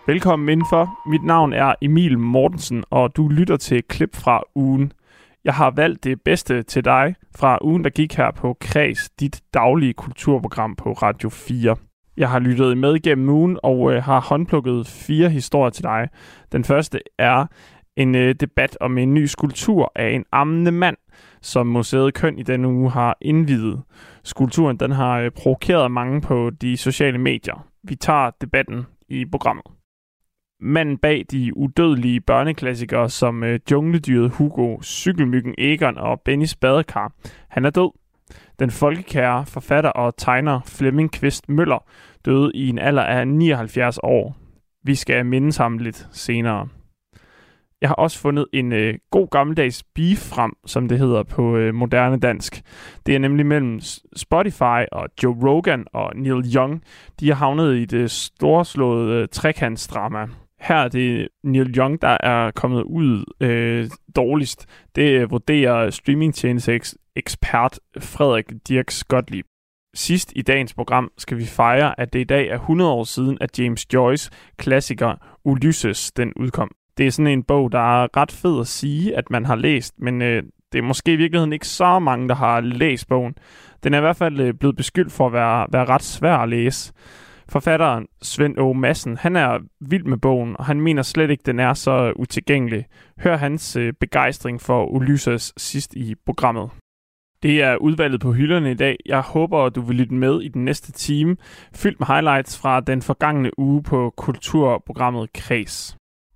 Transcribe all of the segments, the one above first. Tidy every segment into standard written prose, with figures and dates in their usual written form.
Velkommen indenfor. Mit navn er Emil Mortensen, og du lytter til et klip fra ugen. Jeg har valgt det bedste til dig fra ugen, der gik her på Kreds, dit daglige kulturprogram på Radio 4. Jeg har lyttet med igennem ugen og har håndplukket 4 historier til dig. Den første er en debat om en ny skulptur af en ammende mand, som Museet Køn i denne uge har indviet. Skulpturen den har provokeret mange på de sociale medier. Vi tager debatten i programmet. Manden bag de udødelige børneklassikere som Jungledyret Hugo, Cykelmyggen Egon og Bennys badekar, han er død. Den folkekære forfatter og tegner Flemming Kvist Møller døde i en alder af 79 år. Vi skal mindes ham lidt senere. Jeg har også fundet en god gammeldags beef frem, som det hedder på moderne dansk. Det er nemlig mellem Spotify og Joe Rogan og Neil Young. De har havnet i det storslåede trekantsdrama. Her er det Neil Young, der er kommet ud dårligst. Det vurderer streamingtjeneste-ekspert Frederik Dirks Gottlieb. Sidst i dagens program skal vi fejre, at det i dag er 100 år siden, at James Joyce klassiker Ulysses den udkom. Det er sådan en bog, der er ret fed at sige, at man har læst, men det er måske i virkeligheden ikke så mange, der har læst bogen. Den er i hvert fald blevet beskyldt for at være ret svær at læse. Forfatteren Svend Åge Madsen, han er vild med bogen, og han mener slet ikke, den er så utilgængelig. Hør hans begejstring for Ulysses sidst i programmet. Det er udvalget på hylderne i dag. Jeg håber, at du vil lytte med i den næste time, fyldt med highlights fra den forgangne uge på kulturprogrammet Kreds.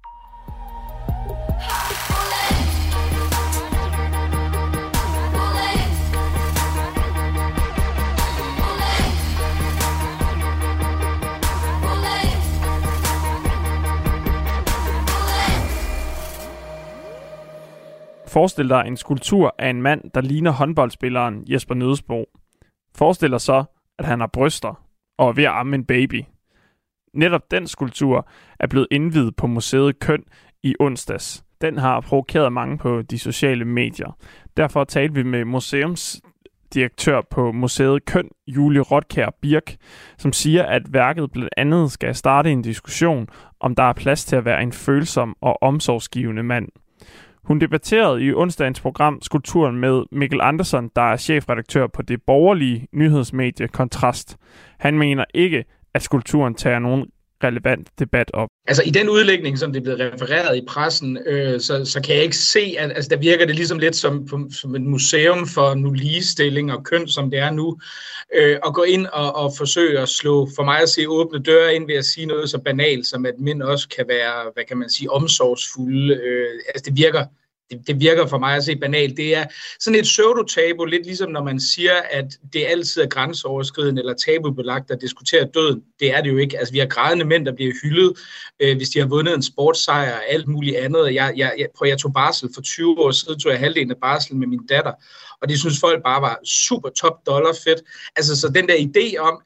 Forestil dig en skulptur af en mand, der ligner håndboldspilleren Jesper Nødesbo. Forestil dig så, at han har bryster og er ved at amme en baby. Netop den skulptur er blevet indviet på Museet Køn i onsdags. Den har provokeret mange på de sociale medier. Derfor talte vi med museumsdirektør på Museet Køn, Julie Rotkjær Birk, som siger, at værket blandt andet skal starte en diskussion, om der er plads til at være en følsom og omsorgsgivende mand. Hun debatterede i onsdagens program skulpturen med Mikkel Andersson, der er chefredaktør på det borgerlige nyhedsmedie Kontrast. Han mener ikke, at skulpturen tager nogen relevant debat op. Altså i den udlægning, som det er blevet refereret i pressen, så kan jeg ikke se, at altså, der virker det ligesom lidt som et museum for nu ligestilling og køn, som det er nu, at gå ind og forsøge at slå, for mig at se, åbne døre ind ved at sige noget så banalt, som at mænd også kan være, hvad kan man sige, omsorgsfulde. Altså det virker for mig at se banalt. Det er sådan et pseudo-tabu, lidt ligesom når man siger, at det altid er grænseoverskridende eller tabubelagt at diskutere døden. Det er det jo ikke. Altså vi har grædende mænd, der bliver hyldet, hvis de har vundet en sportssejr og alt muligt andet. Jeg tog barsel for 20 år siden, tog jeg halvdelen af barsel med min datter, og det synes folk bare var super top dollar fedt. Altså så den der idé om,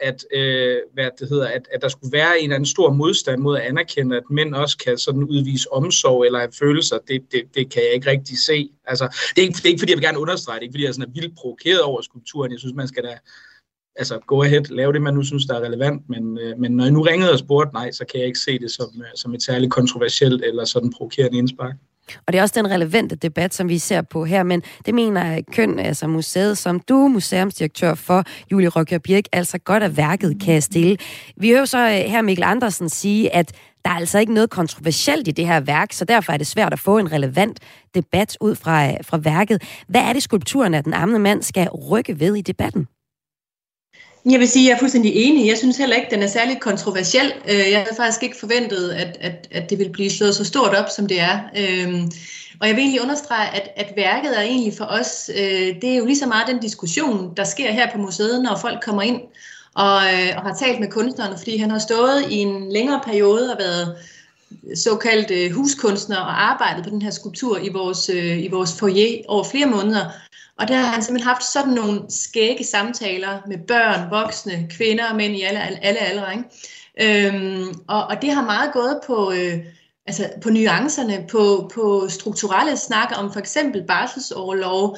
at der skulle være en eller anden stor modstand mod at anerkende, at mænd også kan sådan udvise omsorg eller have følelser, det kan jeg ikke rigtig se. Altså det er ikke fordi jeg vil gerne understrege det, ikke fordi jeg sådan er vildt provokeret over skulpturen. Jeg synes man skal da go ahead, lave det man nu synes der er relevant, men når jeg nu ringede og spurgte, nej, så kan jeg ikke se det som et særligt kontroversielt eller sådan provokerende indspark. Og det er også den relevante debat, som vi ser på her, men det mener Køn, altså museet, som du, museumsdirektør for, Julie Rotkjær Birk, altså godt at værket kan stille. Vi hører så her Mikkel Andersen sige, at der er altså ikke noget kontroversielt i det her værk, så derfor er det svært at få en relevant debat ud fra værket. Hvad er det, skulpturen af den ammende mand skal rykke ved i debatten? Jeg vil sige, at jeg er fuldstændig enig. Jeg synes heller ikke, at den er særligt kontroversiel. Jeg havde faktisk ikke forventet, at det ville blive slået så stort op, som det er. Og jeg vil egentlig understrege, at værket er egentlig for os, det er jo lige så meget den diskussion, der sker her på museet, når folk kommer ind og har talt med kunstneren, fordi han har stået i en længere periode og været såkaldt huskunstner og arbejdet på den her skulptur i vores foyer over flere måneder. Og der har han simpelthen haft sådan nogle skægge samtaler med børn, voksne, kvinder og mænd i alle aldre. Og det har meget gået på nuancerne, på strukturelle snakker om for eksempel barselsorlov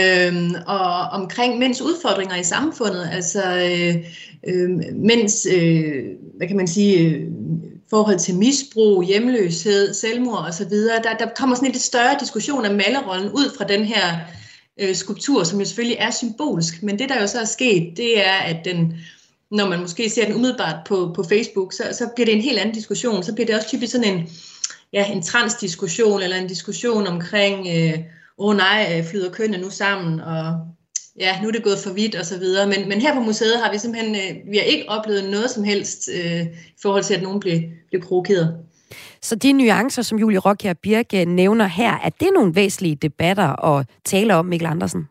og omkring mænds udfordringer i samfundet. Altså mænds, hvad kan man sige, forhold til misbrug, hjemløshed, selvmord osv. Der kommer sådan en lidt større diskussion af malerrollen ud fra den her skulptur, som jo selvfølgelig er symbolsk. Men det, der jo så er sket, det er, at når man måske ser den umiddelbart på Facebook, så bliver det en helt anden diskussion. Så bliver det også typisk sådan en transdiskussion, eller en diskussion omkring, flyder kønnene nu sammen, og ja, nu er det gået for vidt, og så videre. Men her på museet har vi simpelthen, vi har ikke oplevet noget som helst i forhold til, at nogen blev provokeret. Så de nuancer, som Julie Raakjær Birk nævner her, er det nogle væsentlige debatter at tale om, Mikkel Andersen?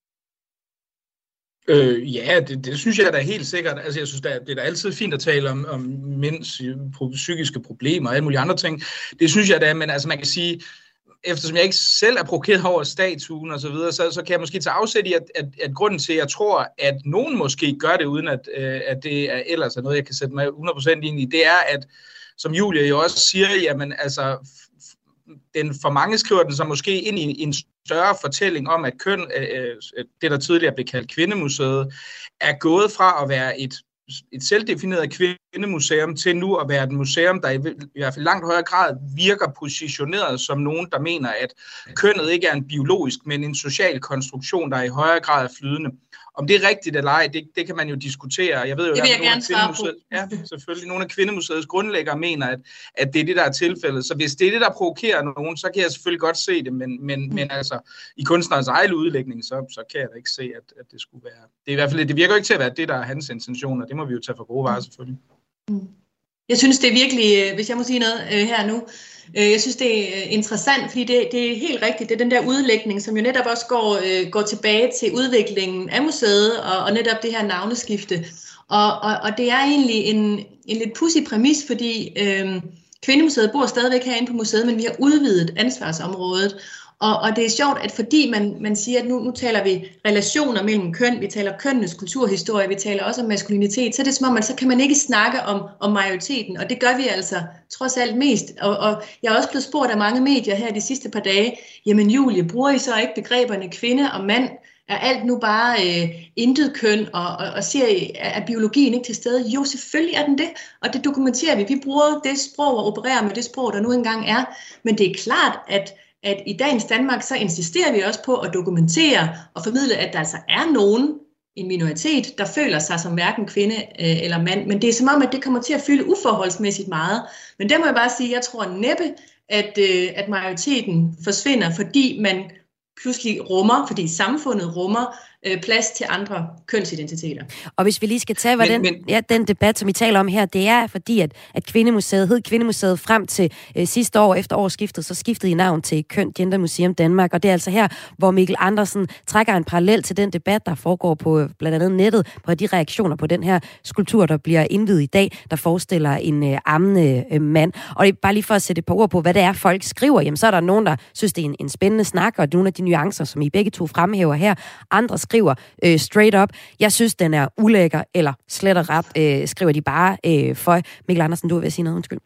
Ja, det synes jeg da helt sikkert. Altså, jeg synes, det er da altid fint at tale om mænds psykiske problemer og alle mulige andre ting. Det synes jeg da, men altså man kan sige, eftersom jeg ikke selv er provokeret over statuen og så videre, så kan jeg måske tage afsæt i, at grunden til, at jeg tror, at nogen måske gør det, uden at det er ellers er noget, jeg kan sætte mig 100% ind i, det er, at som Julie jo også siger, jamen altså, for mange skriver den så måske ind i en større fortælling om, at køn, det der tidligere blev kaldt Kvindemuseet, er gået fra at være et selvdefineret kvindemuseum til nu at være et museum, der i hvert fald langt højere grad virker positioneret som nogen, der mener, at kønnet ikke er en biologisk, men en social konstruktion, der i højere grad er flydende. Om det er rigtigt eller ej, det kan man jo diskutere. Jeg ved jo, selvfølgelig nogle af Kvindemuseets grundlæggere mener, at det er det, der er tilfældet. Så hvis det er det, der provokerer nogen, så kan jeg selvfølgelig godt se det, men altså i kunstnerens egen udlægning, så kan jeg da ikke se, at det skulle være. Det er i hvert fald, det virker ikke til at være det, der er hans intentioner. Det må vi jo tage for gode varer, selvfølgelig. Jeg synes, det er virkelig, hvis jeg må sige noget her nu, jeg synes, det er interessant, fordi det er helt rigtigt. Det er den der udlægning, som jo netop også går tilbage til udviklingen af museet og netop det her navneskifte. Og det er egentlig en lidt pudsig præmis, fordi Kvindemuseet bor stadigvæk herinde på museet, men vi har udvidet ansvarsområdet. Og det er sjovt, at fordi man siger, at nu taler vi relationer mellem køn, vi taler kønnenes kulturhistorie, vi taler også om maskulinitet, så er det som om, at så kan man ikke snakke om majoriteten, og det gør vi altså trods alt mest. Og jeg er også blevet spurgt af mange medier her de sidste par dage, jamen Julie, bruger I så ikke begreberne kvinde og mand? Er alt nu bare intet køn, og siger, er biologien ikke til stede? Jo, selvfølgelig er den det, og det dokumenterer vi. Vi bruger det sprog og opererer med det sprog, der nu engang er, men det er klart, at i dagens Danmark, så insisterer vi også på at dokumentere og formidle, at der altså er nogen, en minoritet, der føler sig som hverken kvinde eller mand. Men det er som om, at det kommer til at fylde uforholdsmæssigt meget. Men der må jeg bare sige, at jeg tror næppe, at majoriteten forsvinder, fordi man pludselig rummer, fordi samfundet rummer plads til andre kønsidentiteter. Og hvis vi lige skal tage, den debat, som vi taler om her, det er fordi, at Kvindemuseet hed Kvindemuseet frem til sidste år efter årsskiftet, så skiftede I navn til Køn Gender Museum Danmark, og det er altså her, hvor Mikkel Andersen trækker en parallel til den debat, der foregår på blandt andet nettet, på de reaktioner på den her skulptur, der bliver indviet i dag, der forestiller en ammende mand. Og det er bare lige for at sætte et par ord på, hvad det er, folk skriver. Jamen, så er der nogen, der synes, det er en spændende snak, og nogle af de nuancer, som I begge to fremhæver her. Andre skriver straight up, jeg synes, den er ulækker, eller slet og ret, skriver de bare for. Mikkel Andersen, du vil sige noget, undskyld.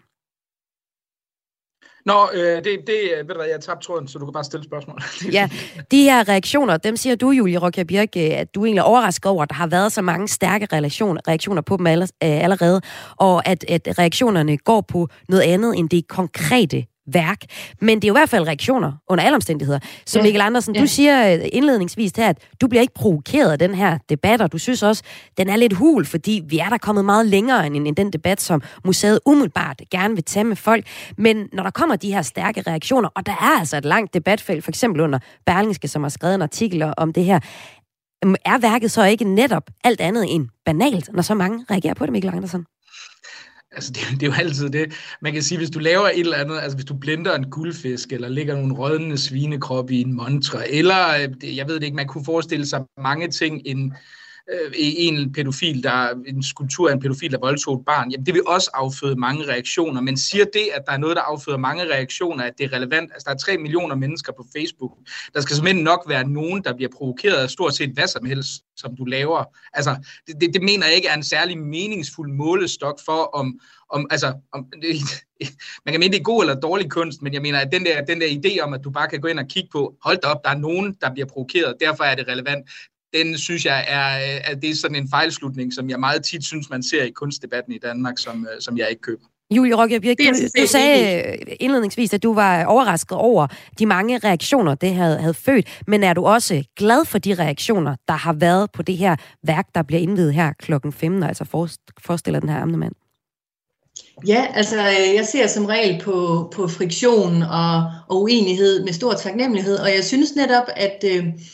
Ved du hvad, jeg tabte tråden, så du kan bare stille spørgsmål. Ja, de her reaktioner, dem siger du, Julie Raakjær Birk, at du egentlig er overrasket over, at der har været så mange stærke reaktioner på dem allerede, og at reaktionerne går på noget andet end det konkrete værk. Men det er jo i hvert fald reaktioner under alle omstændigheder. Så Mikkel Andersen, du siger indledningsvis her, at du bliver ikke provokeret af den her debat, og du synes også, den er lidt hul, fordi vi er der kommet meget længere end den debat, som museet umiddelbart gerne vil tage med folk. Men når der kommer de her stærke reaktioner, og der er altså et langt debatfelt, for eksempel under Berlingske, som har skrevet en artikel om det her, er værket så ikke netop alt andet end banalt, når så mange reagerer på det, Mikkel Andersen? Altså, det er jo altid det. Man kan sige, hvis du laver et eller andet, altså hvis du blender en guldfisk, eller lægger nogle rådne svinekrop i en montre, eller, jeg ved det ikke, man kunne forestille sig mange ting, en skulptur af en pædofil, der voldtog et barn, jamen det vil også afføde mange reaktioner. Men siger det, at der er noget, der afføder mange reaktioner, at det er relevant? Altså, der er 3 millioner mennesker på Facebook. Der skal simpelthen nok være nogen, der bliver provokeret af stort set hvad som helst, som du laver. Altså, det mener jeg ikke er en særlig meningsfuld målestok for, man kan mene, det er god eller dårlig kunst, men jeg mener, at den der idé om, at du bare kan gå ind og kigge på, hold da op, der er nogen, der bliver provokeret, derfor er det relevant. Den synes jeg at det er sådan en fejlslutning, som jeg meget tit synes, man ser i kunstdebatten i Danmark, som jeg ikke køber. Julie Rockjær Birk, du sagde indledningsvis, at du var overrasket over de mange reaktioner, det havde født, men er du også glad for de reaktioner, der har været på det her værk, der bliver indviet her klokken 15, altså forestiller den her amtemand? Ja, altså jeg ser som regel på friktion og uenighed med stor taknemmelighed, og jeg synes netop, at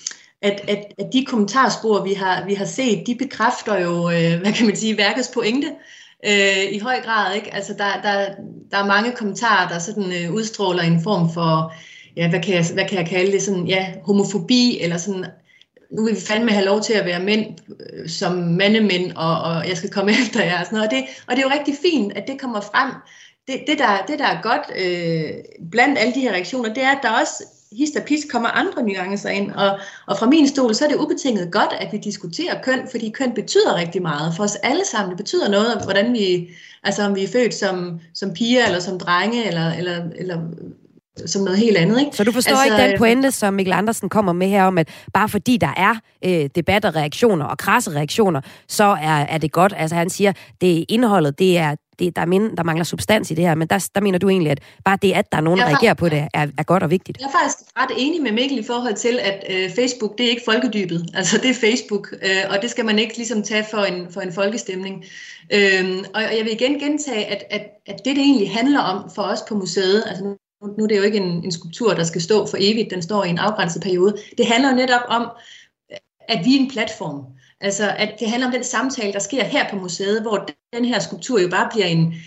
de kommentarspor, vi har set, de bekræfter jo, hvad kan man sige, værkets pointe i høj grad, ikke? Altså der er mange kommentarer, der sådan udstråler en form for, ja, hvad kan jeg kalde det, sådan, ja, homofobi, eller sådan, nu vil vi fandme have lov til at være mænd som mandemænd, og jeg skal komme efter jer, og sådan noget. Og det er jo rigtig fint, at det kommer frem. Det der er godt blandt alle de her reaktioner, det er, at der også hist og pis kommer andre nuancer ind. Og fra min stol, så er det ubetinget godt, at vi diskuterer køn, fordi køn betyder rigtig meget for os alle sammen. Det betyder noget om, hvordan om vi er født som piger, eller som drenge, eller som noget helt andet, ikke? Så du forstår ikke den pointe, som Mikkel Andersen kommer med her om, at bare fordi der er debat og reaktioner og krasse reaktioner, så er det godt. Altså han siger, det indholdet, der mangler substans i det her, men der mener du egentlig, at bare det, at der er nogen, der reagerer på det, er godt og vigtigt. Jeg er faktisk ret enig med Mikkel i forhold til, at Facebook, det er ikke folkedybet. Altså det er Facebook, og det skal man ikke ligesom tage for en folkestemning. Og jeg vil igen gentage, at det egentlig handler om for os på museet, altså nu er det jo ikke en skulptur, der skal stå for evigt, den står i en afgrænset periode. Det handler jo netop om, at vi er en platform. Altså, at det handler om den samtale, der sker her på museet, hvor den her skulptur jo bare bliver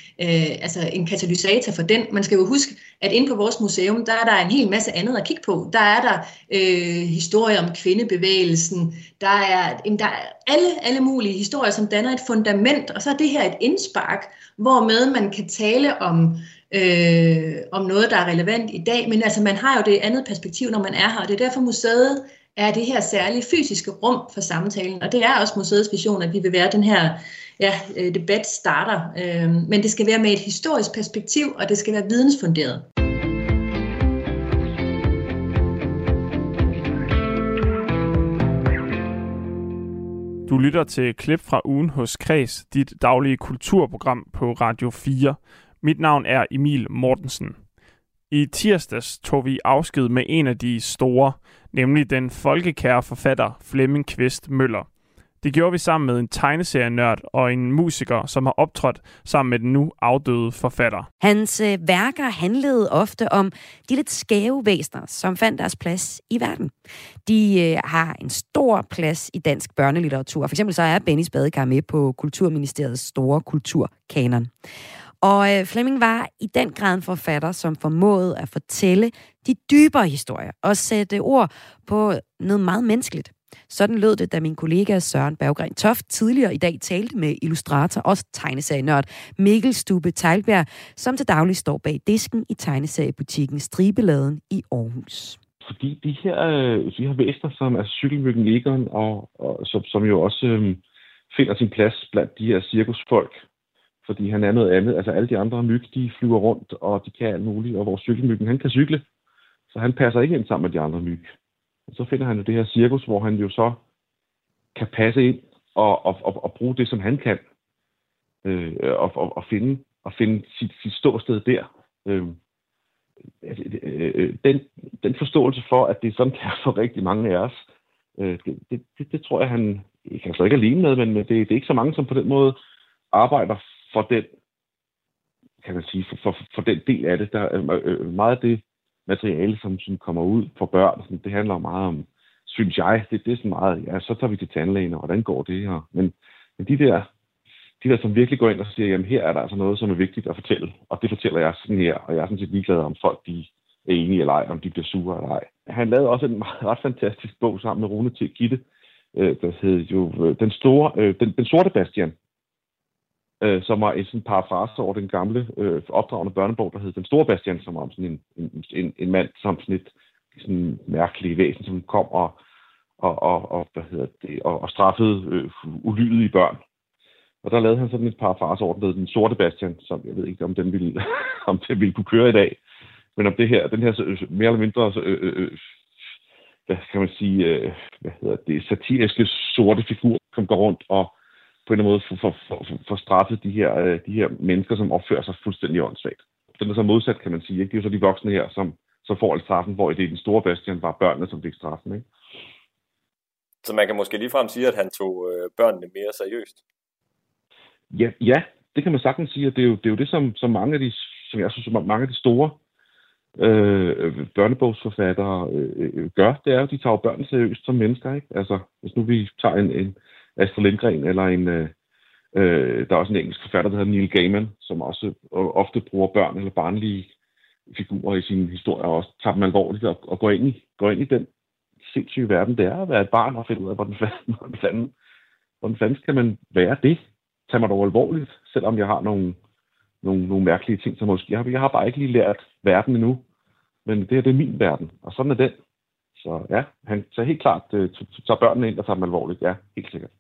en katalysator for den. Man skal jo huske, at inde på vores museum, der er der en hel masse andet at kigge på. Der er der historier om kvindebevægelsen, der er alle mulige historier, som danner et fundament, og så er det her et indspark, hvormed man kan tale om noget, der er relevant i dag, men altså man har jo det andet perspektiv, når man er her, og det er derfor museet er det her særlige fysiske rum for samtalen, og det er også museets vision, at vi vil være den her debat starter, men det skal være med et historisk perspektiv, og det skal være vidensfunderet. Du lytter til klip fra ugen hos Kreds, dit daglige kulturprogram på Radio 4. Mit navn er Emil Mortensen. I tirsdags tog vi afsked med en af de store, nemlig den folkekære forfatter Flemming Quist Møller. Det gjorde vi sammen med en tegneserienørd og en musiker, som har optrådt sammen med den nu afdøde forfatter. Hans værker handlede ofte om de lidt skæve væsener, som fandt deres plads i verden. De har en stor plads i dansk børnelitteratur. For eksempel så er Bennys badekar med på Kulturministeriets store kulturkanon. Og Flemming var i den grad en forfatter, som formåede at fortælle de dybere historier og sætte ord på noget meget menneskeligt. Sådan lød det, da min kollega Søren Berggren Toft tidligere i dag talte med illustrator og tegneserienørd Mikkel Stube Teglbjerg, som til daglig står bag disken i tegneseriebutikken Stribeladen i Aarhus. Fordi de her væsener, som er cykelmyggen Egon, og som jo også finder sin plads blandt de her cirkusfolk, fordi han er noget andet. Altså alle de andre myg, de flyver rundt, og de kan alt muligt, og vores cykelmyggen, han kan cykle, så han passer ikke ind sammen med de andre myg. Og så finder han jo det her cirkus, hvor han jo så kan passe ind og bruge det, som han kan, og finde sit ståsted der. Den forståelse for, at det er sådan, der for rigtig mange af os, det tror jeg, han kan så ikke alene med, men det er ikke så mange, som på den måde arbejder for den, kan man sige, for den del af det. Der er meget af det materiale, som kommer ud for børn, sådan, det handler meget om, synes jeg, det er sådan meget, ja, så tager vi til tandlægen, og hvordan går det her? Men de der, som virkelig går ind og siger, jamen her er der altså noget, som er vigtigt at fortælle, og det fortæller jeg sådan her, og jeg er sådan set ligeglad om folk, de er enige eller ej, om de bliver sure eller ej. Han lavede også en ret fantastisk bog sammen med Rune T. Gitte, der hed jo Den Sorte Bastian, som var en parafrase over den gamle opdragende børnebog, der hed Den Store Bastian, som var om sådan en mand, som sådan et sådan mærkeligt væsen, som kom og straffede ulydige børn. Og der lavede han sådan et parafrase over Den Sorte Bastian, som jeg ved ikke, om den ville kunne køre i dag, men om den her mere eller mindre hvad kan man sige, satiriske sorte figur, som går rundt på en eller anden måde får straffet de her mennesker, som opfører sig fuldstændig åndssvagt. Den er så modsat, kan man sige. Ikke? Det er jo så de voksne her, som får al straffen, hvor det er den store Bastian var børnene, som fik straffen. Ikke? Så man kan måske ligefrem sige, at han tog børnene mere seriøst? Ja, det kan man sagtens sige, og det er jo det, som mange af de, som jeg synes, mange af de store børnebogsforfattere gør, det er jo, de tager børnene seriøst som mennesker, ikke? Altså, hvis nu vi tager en Astrid Lindgren, eller der er også en engelsk forfatter, der hedder Neil Gaiman, som også ofte bruger børn eller barnlige figurer i sine historier, og også tager dem alvorligt og går ind i den sindssyge verden, det er at være et barn og finde ud af, hvordan fanden skal man være det? Tag mig dog alvorligt, selvom jeg har nogle mærkelige ting, som måske jeg har bare ikke lige lært verden endnu, men det er min verden, og sådan er den. Så ja, han tager helt klart tager børnene ind og tager dem alvorligt, ja, helt sikkert.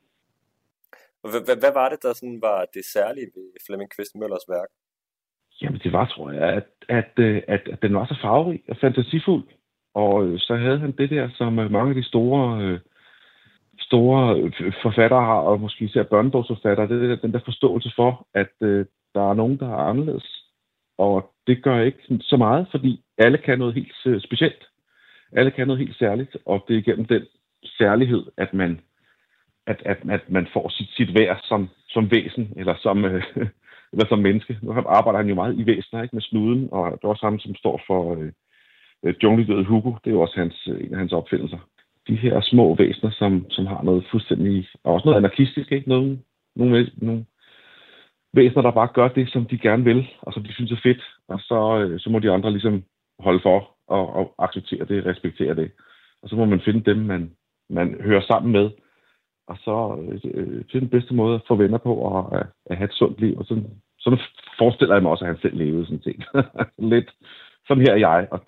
Hvad var det, der sådan var det særlige ved Flemming Quist Møllers værk? Jamen det var, tror jeg, at den var så farverig og fantasifuld, og så havde han det der, som mange af de store forfattere har, og måske især børnebogsforfattere, det er den der forståelse for, at der er nogen, der er anderledes. Og det gør ikke så meget, fordi alle kan noget helt specielt. Alle kan noget helt særligt, og det er igennem den særlighed, at man får sit værd som væsen, eller som menneske. Nu arbejder han jo meget i væsener, ikke, med snuden, og det er også ham, som står for Jungledøde Hugo. Det er jo også en af hans opfindelser. De her små væsener, som har noget fuldstændig, og også noget anarkistisk, ikke? Nogle væsener, der bare gør det, som de gerne vil, og som de synes er fedt, og så må de andre ligesom holde for og acceptere det, respektere det. Og så må man finde dem, man hører sammen med, og så til den bedste måde at få venner på og at have et sundt liv. Og sådan forestiller jeg mig også, at han selv levede sådan ting. Lidt sådan her er jeg, og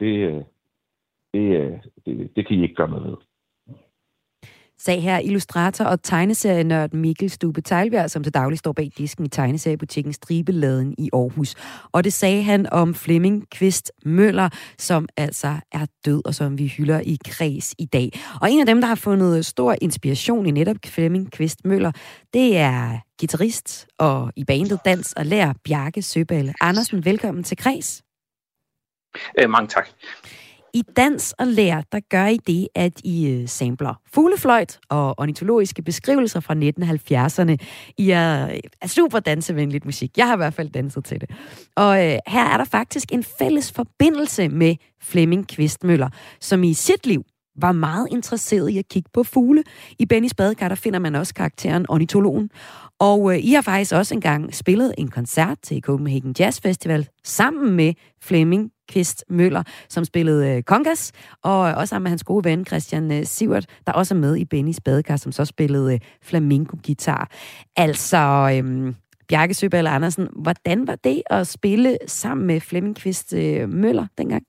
det kan I ikke gøre noget ved. Sag her illustrator og tegneserienørd Mikkel Stube Teglbjerg, som til daglig står bag disken i tegneseriebutikken Stribeladen i Aarhus. Og det sagde han om Flemming Quist Møller, som altså er død, og som vi hylder i Kreds i dag. Og en af dem, der har fundet stor inspiration i netop Flemming Quist Møller, det er guitarist og i bandet Dans og Lær Bjarke Søballe Andersen. Velkommen til Kreds. Mange tak. I Dans og Lær, der gør I det, at I sampler fuglefløjt og ornitologiske beskrivelser fra 1970'erne. I er super dansevenligt musik. Jeg har i hvert fald danset til det. Og her er der faktisk en fælles forbindelse med Flemming Quist Møller, som i sit liv var meget interesseret i at kigge på fugle. I Bennys Badekar, der finder man også karakteren ornitologen. Og I har faktisk også engang spillet en koncert til Copenhagen Jazz Festival sammen med Flemming Quist Møller, som spillede congas, og også sammen med hans gode ven Christian Sivert, der også er med i Bennys Badekar, som så spillede flamenco-guitar. Altså, Bjarke Søballe Andersen, hvordan var det at spille sammen med Flemming Quist Møller dengang?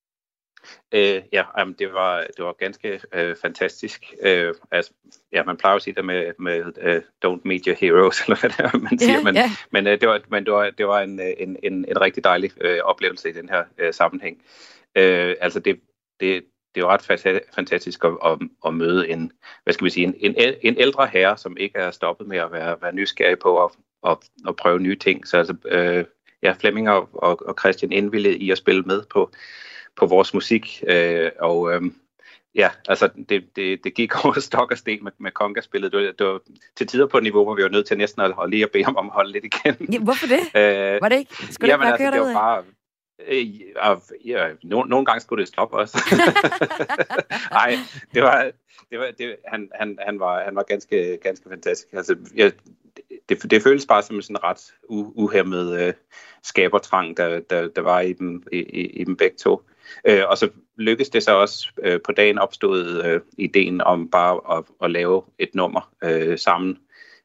Det var ganske fantastisk. Man plejer at sige det med don't meet your heroes, eller hvad det er, man siger. Men det var en rigtig dejlig oplevelse i den her sammenhæng. Det er jo ret fantastisk at møde en ældre herre, som ikke er stoppet med at være nysgerrig på at prøve nye ting. Så Flemming og Christian indvilligede i at spille med på vores musik, det gik over stok og sten med congaspillet. Det var til tider på et niveau, hvor vi var nødt til næsten at lige at bede ham om at holde lidt igen. Ja, hvorfor det? Var det ikke? Skulle det bare køre det var bare... nogle gange skulle det stoppe også. Nej, han var ganske fantastisk. Altså, det føles bare som sådan en ret uhæmmet skabertrang, der var i dem begge to. Og så lykkedes det så også på dagen opstod ideen om bare at lave et nummer sammen.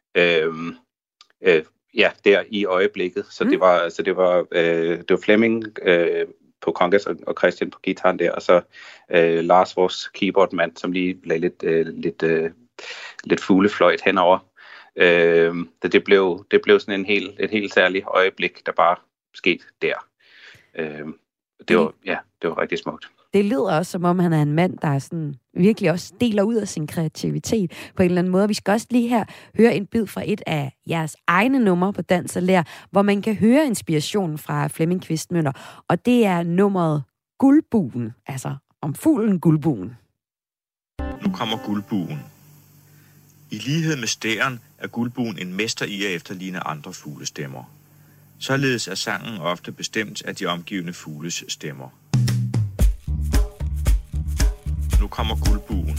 Der i øjeblikket. Så det var Flemming på congas og Christian på guitaren der, og så Lars, vores keyboardmand, som lige lagde lidt fuglefløjt henover. Det blev sådan et helt særligt øjeblik, der bare skete der. Det var rigtig smukt. Det lyder også, som om han er en mand, der er sådan, virkelig også deler ud af sin kreativitet på en eller anden måde. Vi skal også lige her høre en bid fra et af jeres egne numre på Dans og Lær, hvor man kan høre inspirationen fra Flemming Quist-Møller. Og det er nummeret Guldbuen, altså om fuglen Guldbuen. Nu kommer Guldbuen. I lighed med stæren er Guldbuen en mester i at efterligne andre fuglestemmer. Således er sangen ofte bestemt af de omgivende fugles stemmer. Nu kommer Guldbuen.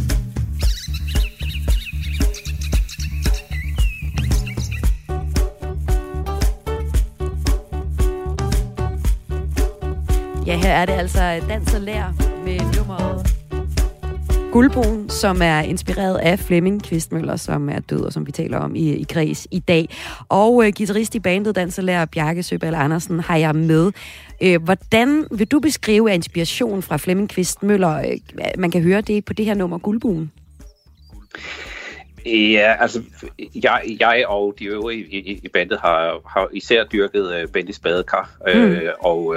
Ja, her er det altså Dans og Lær med nummeret Guldbuen, som er inspireret af Flemming Quist-Møller, som er død, og som vi taler om i Kreds i dag. Og guitarist i bandet Dans og Lær, Bjarke Søberg Andersen, har jeg med. Hvordan vil du beskrive inspiration fra Flemming Quist-Møller? Man kan høre det på det her nummer Guldbuen. Ja, altså, jeg og de øvrige i bandet har især dyrket Bendis Badekar, og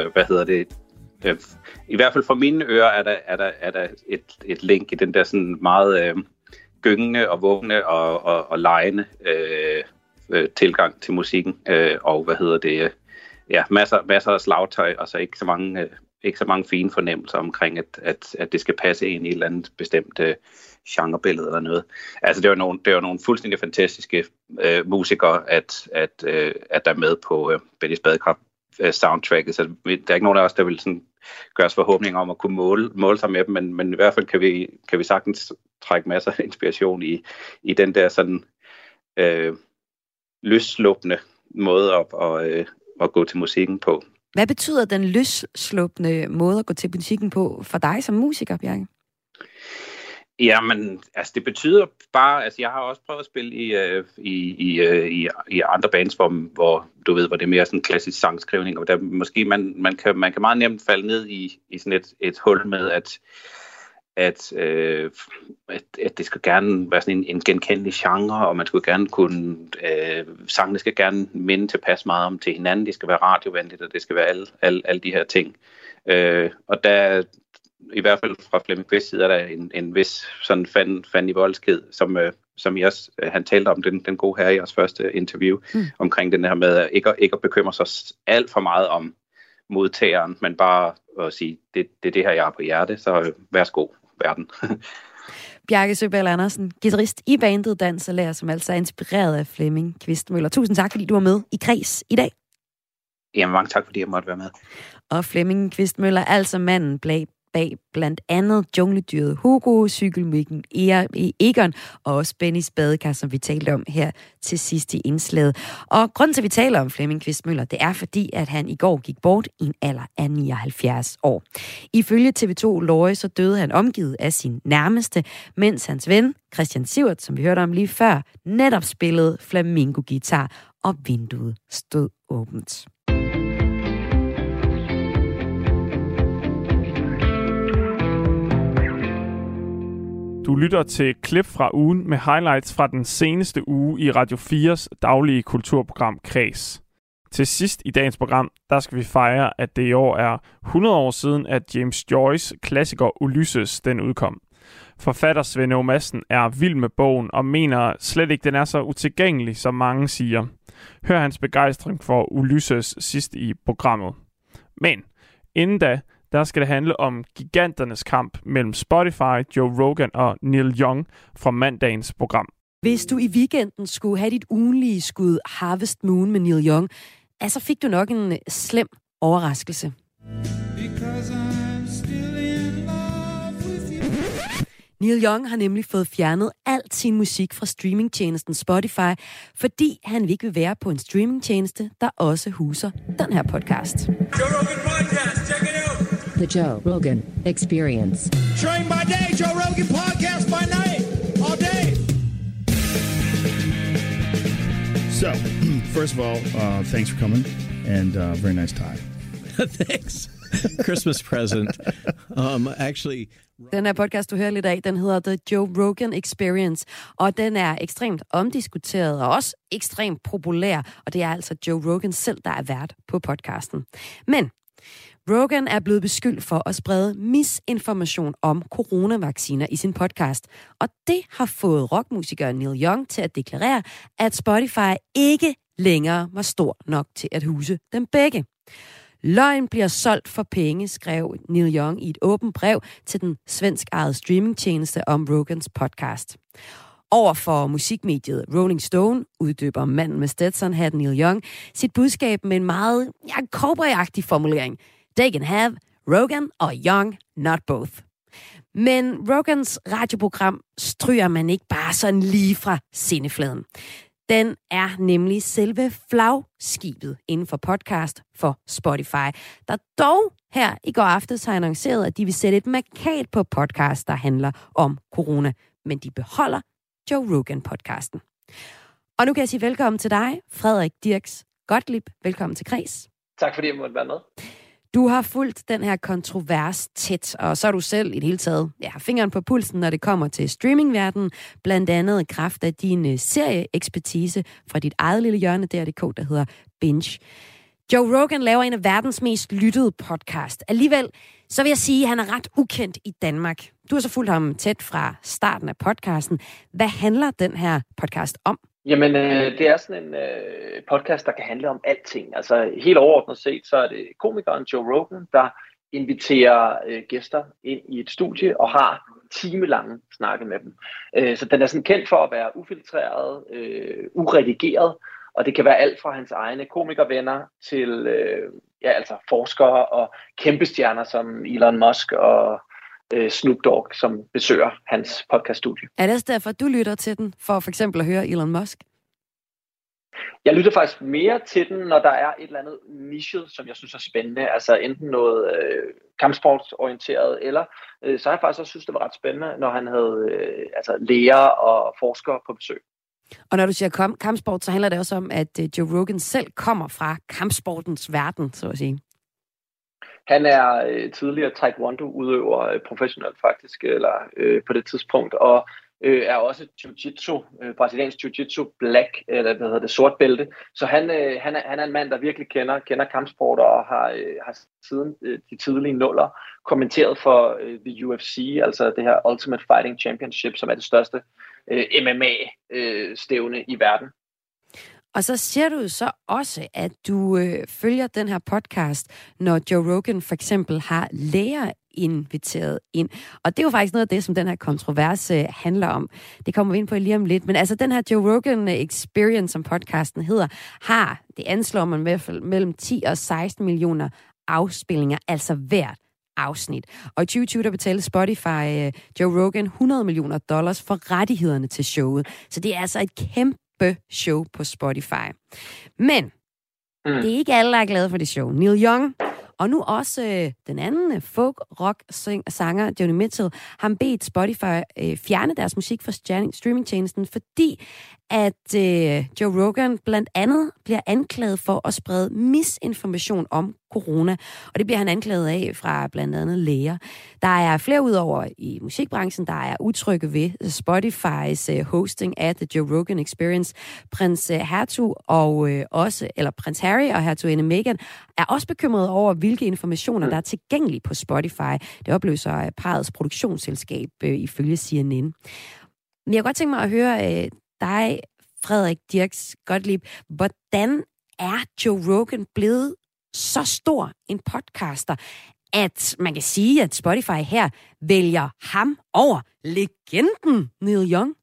i hvert fald for mine ører er der et link i den der sådan meget gyngende og vågne og legende tilgang til musikken, og masser af slagtøj, og så ikke så mange fine fornemmelser omkring, at det skal passe ind i et eller andet bestemt genrebillede eller noget. Altså det var nogle fuldstændig fantastiske musikere, at der er med på Bendis Badekar soundtracket, så der er ikke nogen af os, der vil sådan gøre os forhåbninger om at kunne måle sig med dem, men i hvert fald kan vi sagtens trække masser af inspiration i den der sådan løsslupne måde at gå til musikken på. Hvad betyder den løsslupne måde at gå til musikken på for dig som musiker, Bjarke? Jamen, altså det betyder bare, altså jeg har også prøvet at spille i andre bands, hvor du ved, hvor det er mere sådan klassisk sangskrivning, og der måske man kan meget nemt falde ned i sådan et hul med, at det skal gerne være sådan en genkendelig genre, og man skulle gerne kunne, sangene skal gerne minde tilpas meget om til hinanden, det skal være radiovenligt, og det skal være alle de her ting. Og der i hvert fald fra Flemming Quists side er der en vis sådan fan i voldsked, som I også, han talte om den gode herre i jeres første interview, omkring den her med ikke at bekymre sig alt for meget om modtageren, men bare at sige, det er det her, jeg har på hjerte, så værsgo, verden. Bjarke Søberg Andersen, guitarist i bandet Dans og Lær, som altså er inspireret af Flemming Quist-Møller. Tusind tak, fordi du var med i Kreds i dag. Jamen, mange tak, fordi jeg måtte være med. Og Flemming Quist-Møller er altså manden bag blandt andet jungledyret Hugo, cykelmyggen Egon og også Bendis Badekar, som vi talte om her til sidst i indslaget. Og grunden til, at vi taler om Flemming Quist-Møller, det er fordi, at han i går gik bort i en alder af 79 år. Ifølge TV2 Lorry, så døde han omgivet af sin nærmeste, mens hans ven, Christian Sivert, som vi hørte om lige før, netop spillede flamenco-guitar, og vinduet stod åbent. Du lytter til klip fra ugen med highlights fra den seneste uge i Radio 4's daglige kulturprogram Kreds. Til sidst i dagens program, der skal vi fejre, at det i år er 100 år siden, at James Joyce' klassiker Ulysses den udkom. Forfatter Svend Aage Madsen er vild med bogen og mener slet ikke, den er så utilgængelig, som mange siger. Hør hans begejstring for Ulysses sidst i programmet. Men inden da, der skal det handle om giganternes kamp mellem Spotify, Joe Rogan og Neil Young fra mandagens program. Hvis du i weekenden skulle have dit ugenlige skud Harvest Moon med Neil Young, så fik du nok en slem overraskelse. Neil Young har nemlig fået fjernet alt sin musik fra streamingtjenesten Spotify, fordi han ikke vil være på en streamingtjeneste, der også huser den her podcast. Joe Rogan Podcast, check it out! The Joe Rogan Experience. Train by day, Joe Rogan Podcast by night, all day. So, first of all, thanks for coming, and very nice tie. Thanks. Christmas present. Actually... Den her podcast, du hører lidt af, den hedder The Joe Rogan Experience, og den er ekstremt omdiskuteret og også ekstremt populær, og det er altså Joe Rogan selv, der er vært på podcasten. Men Rogan er blevet beskyldt for at sprede misinformation om coronavacciner i sin podcast, og det har fået rockmusikeren Neil Young til at deklarere, at Spotify ikke længere var stor nok til at huse dem begge. Løgn bliver solgt for penge, skrev Neil Young i et åbent brev til den svensk-ejede streamingtjeneste om Rogans podcast. Overfor musikmediet Rolling Stone uddøber manden med Stetson-hatten Neil Young sit budskab med en meget cowboyagtig formulering. They can have Rogan og Young, not both. Men Rogans radioprogram stryger man ikke bare sådan lige fra sindefladen. Den er nemlig selve flagskibet inden for podcast for Spotify, der dog her i går aftes har annonceret, at de vil sætte et mærkat på podcast, der handler om corona. Men de beholder Joe Rogan-podcasten. Og nu kan jeg sige velkommen til dig, Frederik Dirks Gottlieb. Velkommen til Kreds. Tak fordi jeg måtte være med. Du har fulgt den her kontrovers tæt, og så er du selv i det hele taget har fingeren på pulsen, når det kommer til streamingverdenen, blandt andet kraft af din serieekspertise fra dit eget lille hjørne, DR.dk, der hedder Binge. Joe Rogan laver en af verdens mest lyttede podcast. Alligevel, så vil jeg sige, at han er ret ukendt i Danmark. Du har så fulgt ham tæt fra starten af podcasten. Hvad handler den her podcast om? Jamen, det er sådan en podcast, der kan handle om alting. Altså, helt overordnet set, så er det komikeren Joe Rogan, der inviterer gæster ind i et studie og har timelange snakke med dem. Så den er sådan kendt for at være ufiltreret, uredigeret, og det kan være alt fra hans egne komikervenner til altså forskere og kæmpestjerner som Elon Musk og Snoop Dogg, som besøger hans podcaststudie. Er det også derfor, du lytter til den, for eksempel at høre Elon Musk? Jeg lytter faktisk mere til den, når der er et eller andet niche, som jeg synes er spændende. Altså enten noget kampsportsorienteret, eller så har jeg faktisk også synes, det var ret spændende, når han havde læger og forskere på besøg. Og når du siger kampsport, så handler det også om, at Joe Rogan selv kommer fra kampsportens verden, så at sige. Han er tidligere taekwondo-udøver professionelt faktisk, eller på det tidspunkt, og er også jiu-jitsu, brasiliansk jiu-jitsu black, eller sort bælte. Så han er en mand, der virkelig kender kampsport og har siden de tidlige nuller kommenteret for the UFC, altså det her Ultimate Fighting Championship, som er det største MMA-stævne i verden. Og så siger du så også, at du følger den her podcast, når Joe Rogan for eksempel har læger inviteret ind. Og det er jo faktisk noget af det, som den her kontrovers handler om. Det kommer vi ind på lige om lidt. Men altså den her Joe Rogan Experience, som podcasten hedder, har, det anslår man i hvert fald, mellem 10 og 16 millioner afspilninger, altså hvert afsnit. Og i 2020, der betalte Spotify Joe Rogan $100 millioner for rettighederne til showet. Så det er altså et kæmpe show på Spotify. Men det er ikke alle, der er glade for det show. Neil Young, og nu også den anden folk-rock-sanger, Joni Mitchell, har bedt Spotify fjerne deres musik fra streamingtjenesten, fordi at Joe Rogan blandt andet bliver anklaget for at sprede misinformation om corona. Og det bliver han anklaget af fra blandt andet læger. Der er flere udover i musikbranchen, der er utrygge ved Spotifys hosting af The Joe Rogan Experience. Prins Harry og hertuginde Meghan er også bekymrede over, hvilke informationer, der er tilgængelige på Spotify. Det oplyser parrets produktionsselskab ifølge CNN. Men jeg kunne godt tænke mig at høre dig, Frederik Dirks Gottlieb, hvordan er Joe Rogan blevet så stor en podcaster, at man kan sige, at Spotify her vælger ham over legenden Neil Young?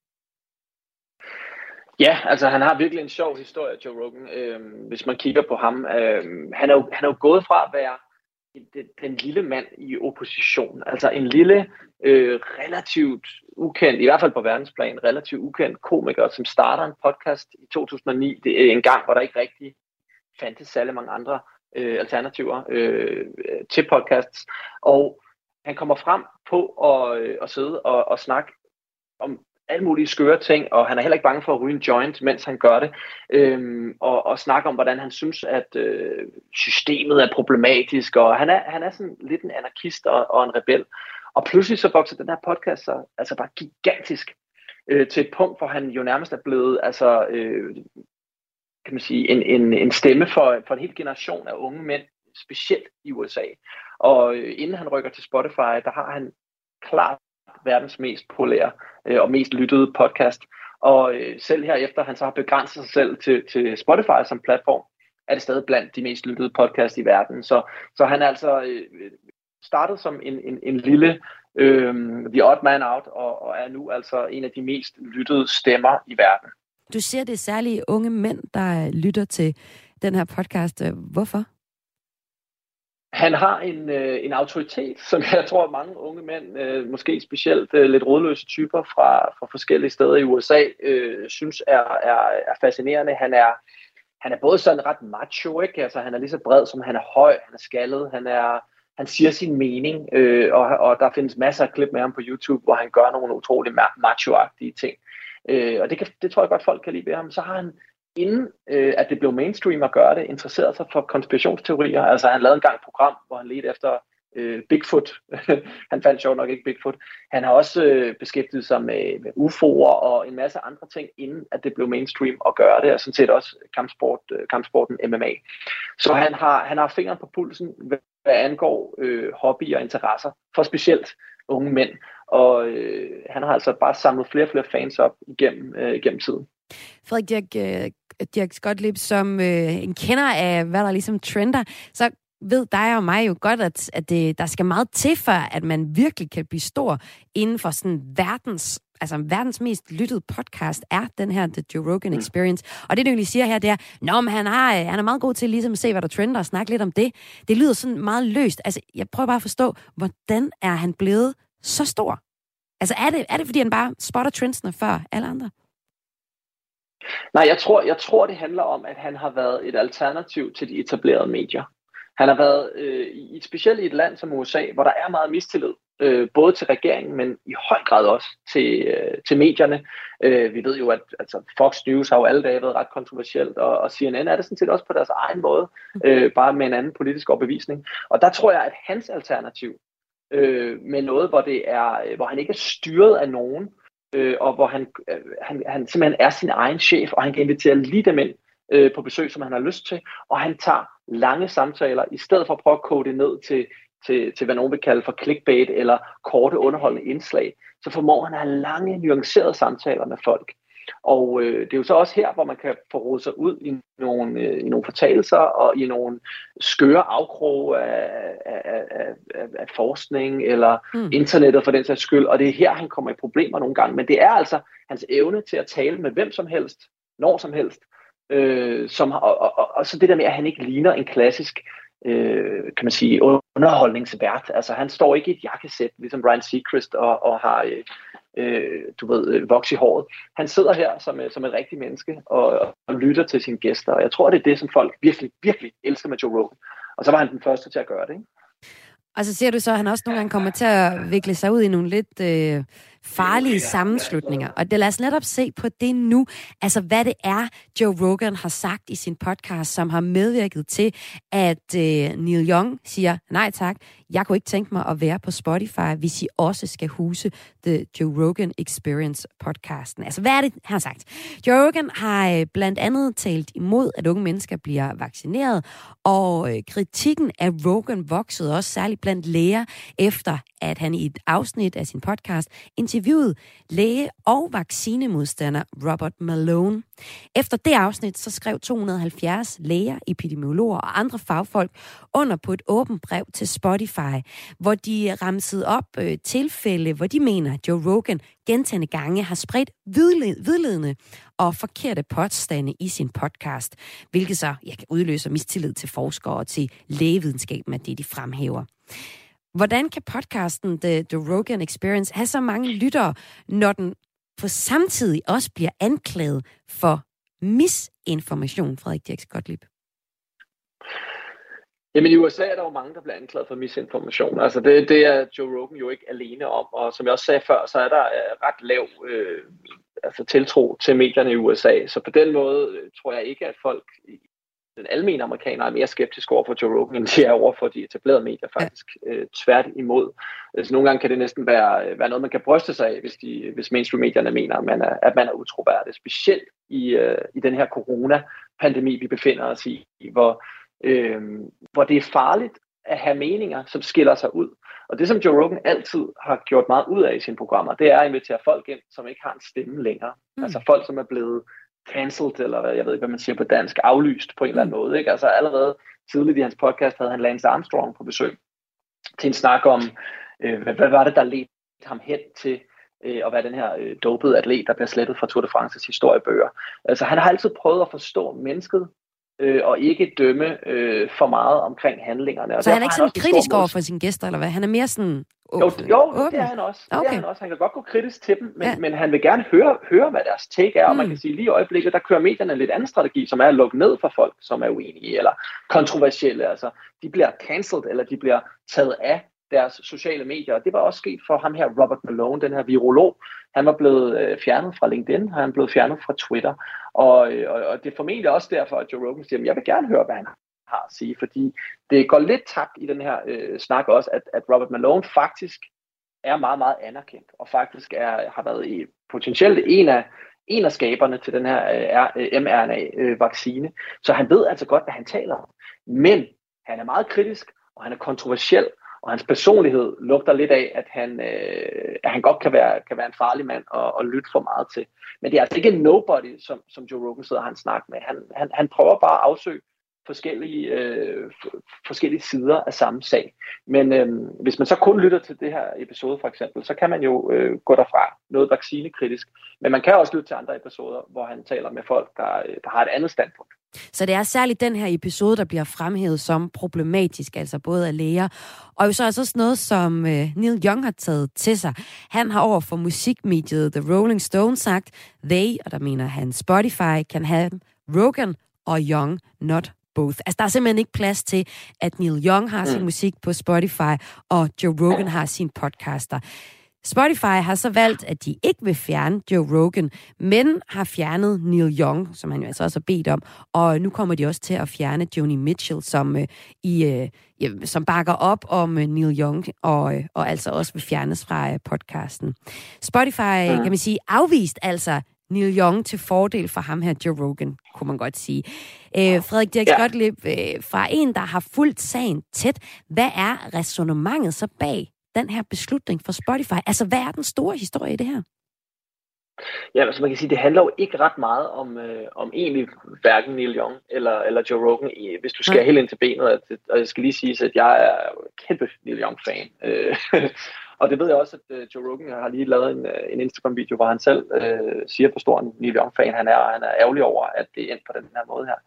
Ja, altså han har virkelig en sjov historie, Joe Rogan, hvis man kigger på ham. Han er jo gået fra at være den lille mand i opposition, altså en lille, relativt ukendt, i hvert fald på verdensplan, relativt ukendt komiker, som starter en podcast i 2009. Det er en gang, hvor der ikke rigtig fandtes særlig mange andre alternativer til podcasts, og han kommer frem på at sidde og snakke om alle mulige skøre ting, og han er heller ikke bange for at ryge en joint, mens han gør det, og snakke om, hvordan han synes, at systemet er problematisk, og han er sådan lidt en anarkist og en rebel. Og pludselig så vokser den her podcast så altså bare gigantisk til et punkt, hvor han jo nærmest er blevet kan man sige, en stemme for en hel generation af unge mænd specielt i USA. Og inden han rykker til Spotify, der har han klart verdens mest populære og mest lyttede podcast. Og selv herefter han så har begrænset sig selv til Spotify som platform, er det stadig blandt de mest lyttede podcast i verden. Så han er altså startet som en lille the odd man out, og er nu altså en af de mest lyttede stemmer i verden. Du siger, det er særlige unge mænd, der lytter til den her podcast. Hvorfor? Han har en autoritet, som jeg tror, at mange unge mænd, måske specielt lidt rådløse typer fra forskellige steder i USA, synes er fascinerende. Han er både sådan ret macho, ikke? Altså, han er lige så bred, som han er høj, han er skaldet, han siger sin mening, og der findes masser af klip med ham på YouTube, hvor han gør nogle utrolig macho-agtige ting. Og det tror jeg godt, folk kan lide ved ham. Så har han, inden at det blev mainstream at gøre det, interesseret sig for konspirationsteorier. Altså han lavede engang et program, hvor han ledte efter Bigfoot. Han fandt sjovt nok ikke Bigfoot. Han har også beskæftiget sig med UFO'er og en masse andre ting, inden at det blev mainstream at gøre det, og sådan set også kampsporten MMA. Så han har fingeren på pulsen, hvad angår hobbyer og interesser for specielt unge mænd. Og han har altså bare samlet flere og flere fans op igennem tiden. Frederik Dirk Skotlib, som en kender af, hvad der ligesom trender, så ved dig og mig jo godt, at der skal meget til, for at man virkelig kan blive stor inden for sådan verdens mest lyttede podcast er den her The Joe Rogan Experience. Og det, du egentlig siger her, det er, han er meget god til ligesom at se, hvad der trender og snakke lidt om det. Det lyder sådan meget løst. Altså, jeg prøver bare at forstå, hvordan er han blevet så stor? Altså, er det fordi han bare spotter trendsene før alle andre? Nej, jeg tror, det handler om, at han har været et alternativ til de etablerede medier. Han har været, specielt i et land som USA, hvor der er meget mistillid, både til regeringen, men i høj grad også til medierne. Vi ved jo, at altså, Fox News har jo alle dage været ret kontroversielt, og CNN er det sådan set også på deres egen måde, bare med en anden politisk overbevisning. Og der tror jeg, at hans alternativ med noget, hvor han ikke er styret af nogen, og hvor han simpelthen er sin egen chef, og han kan invitere lige dem ind på besøg, som han har lyst til, og han tager lange samtaler, i stedet for at prøve at kode det ned til hvad nogen vil kalde for clickbait, eller korte underholdende indslag, så formår han at have lange, nuancerede samtaler med folk. Og det er jo så også her, hvor man kan få rodet sig ud i nogle fortalelser, og i nogle skøre afkroge af forskning, eller internettet for den sags skyld, og det er her, han kommer i problemer nogle gange. Men det er altså hans evne til at tale med hvem som helst, når som helst, og så det der med, at han ikke ligner en klassisk, kan man sige, underholdningsvært. Altså han står ikke i et jakkesæt, ligesom Ryan Seacrest, og har voks i håret. Han sidder her som et rigtigt menneske og lytter til sine gæster, og jeg tror, det er det, som folk virkelig, virkelig elsker med Joe Rogan. Og så var han den første til at gøre det, ikke? Og så siger du så, at han også nogle gange kommer til at vikle sig ud i nogle lidt farlige sammenslutninger. Og lad os netop se på det nu. Altså, hvad det er, Joe Rogan har sagt i sin podcast, som har medvirket til, at Neil Young siger, nej tak, jeg kunne ikke tænke mig at være på Spotify, hvis I også skal huse The Joe Rogan Experience podcasten. Altså, hvad er det, han har sagt? Joe Rogan har blandt andet talt imod, at unge mennesker bliver vaccineret, og kritikken af Rogan voksede også særligt blandt læger, efter at han i et afsnit af sin podcast interviewede læge og vaccinemodstander Robert Malone. Efter det afsnit, så skrev 270 læger, epidemiologer og andre fagfolk under på et åbent brev til Spotify, hvor de ramsede op tilfælde, hvor de mener, at Joe Rogan gentagne gange har spredt vildledende og forkerte påstande i sin podcast, hvilket så kan udløse mistillid til forskere og til lægevidenskaben, at det de fremhæver. Hvordan kan podcasten The Rogan Experience have så mange lyttere, når den på samtidig også bliver anklaget for misinformation, Frederik Dirk Skotlib? Jamen i USA er der jo mange, der bliver anklaget for misinformation. Altså det er Joe Rogan jo ikke alene om, og som jeg også sagde før, så er der ret lav tiltro til medierne i USA. Så på den måde tror jeg ikke, at folk, den almene amerikaner, er mere skeptiske over for Joe Rogan, end de er over for de etablerede medier faktisk. Tvært imod. Så nogle gange kan det næsten være noget, man kan bryste sig af, hvis mainstream-medierne mener, at man er utroværdig. Specielt i den her corona-pandemi, vi befinder os i, hvor hvor det er farligt at have meninger, som skiller sig ud. Og det, som Joe Rogan altid har gjort meget ud af i sine programmer, det er at invitere folk ind, som ikke har en stemme længere. Altså folk, som er blevet cancelled, eller jeg ved ikke, hvad man siger på dansk, aflyst på en eller anden måde. Ikke? Altså allerede tidligt i hans podcast havde han Lance Armstrong på besøg til en snak om, hvad var det, der ledte ham hen til at være den her dopede atlet, der bliver slettet fra Tour de France's historiebøger. Altså han har altid prøvet at forstå mennesket, og ikke dømme for meget omkring handlingerne. Og så han er ikke sådan kritisk over for sine gæster, eller hvad? Han er mere sådan åben? Jo, det er han også. Okay. Det er han også. Han kan godt gå kritisk til dem, men han vil gerne høre, hvad deres take er. Og man kan sige, lige i øjeblikket, der kører medierne en lidt anden strategi, som er at lukke ned for folk, som er uenige eller kontroversielle. Altså, de bliver cancelled, eller de bliver taget af deres sociale medier. Og det var også sket for ham her, Robert Malone, den her virolog. Han var blevet fjernet fra LinkedIn, han er blevet fjernet fra Twitter. Og det er formentlig også derfor, at Joe Rogan siger, at jeg vil gerne høre, hvad han har at sige, fordi det går lidt tabt i den her snak også, at Robert Malone faktisk er meget, meget anerkendt, og faktisk har været potentielt en af skaberne til den her mRNA-vaccine. Så han ved altså godt, hvad han taler om. Men han er meget kritisk, og han er kontroversiel, og hans personlighed lugter lidt af, at han godt kan være en farlig mand og lytte for meget til. Men det er altså ikke en nobody, som Joe Rogan sidder og har en snak med. Han prøver bare at afsøge forskellige sider af samme sag. Men hvis man så kun lytter til det her episode for eksempel, så kan man jo gå derfra noget vaccinekritisk. Men man kan også lytte til andre episoder, hvor han taler med folk, der har et andet standpunkt. Så det er særligt den her episode, der bliver fremhævet som problematisk, altså både af læger, og jo så også sådan noget, som Neil Young har taget til sig. Han har over for musikmediet The Rolling Stone sagt, they, og der mener han Spotify, kan have Rogan og Young, not both. Altså, der er simpelthen ikke plads til, at Neil Young har sin musik på Spotify, og Joe Rogan har sin podcaster. Spotify har så valgt, at de ikke vil fjerne Joe Rogan, men har fjernet Neil Young, som han jo altså også har bedt om, og nu kommer de også til at fjerne Joni Mitchell, som bakker op om Neil Young, og altså også vil fjernes fra podcasten. Spotify, kan man sige, afvist altså Neil Young til fordel for ham her, Joe Rogan, kunne man godt sige. Frederik Dirks Gottlieb, fra en, der har fulgt sagen tæt, hvad er ræsonnementet så bag den her beslutning for Spotify? Altså, hvad er den store historie i det her? Ja, altså man kan sige, det handler jo ikke ret meget om egentlig hverken Neil Young eller Joe Rogan, hvis du skal helt ind til benet. Og jeg skal lige sige, at jeg er kæmpe Neil Young-fan. Og det ved jeg også, at Joe Rogan har lige lavet en Instagram-video, hvor han selv siger, hvor stor en Neil Young-fan han er, og han er ærgerlig over, at det er endt på den her måde her.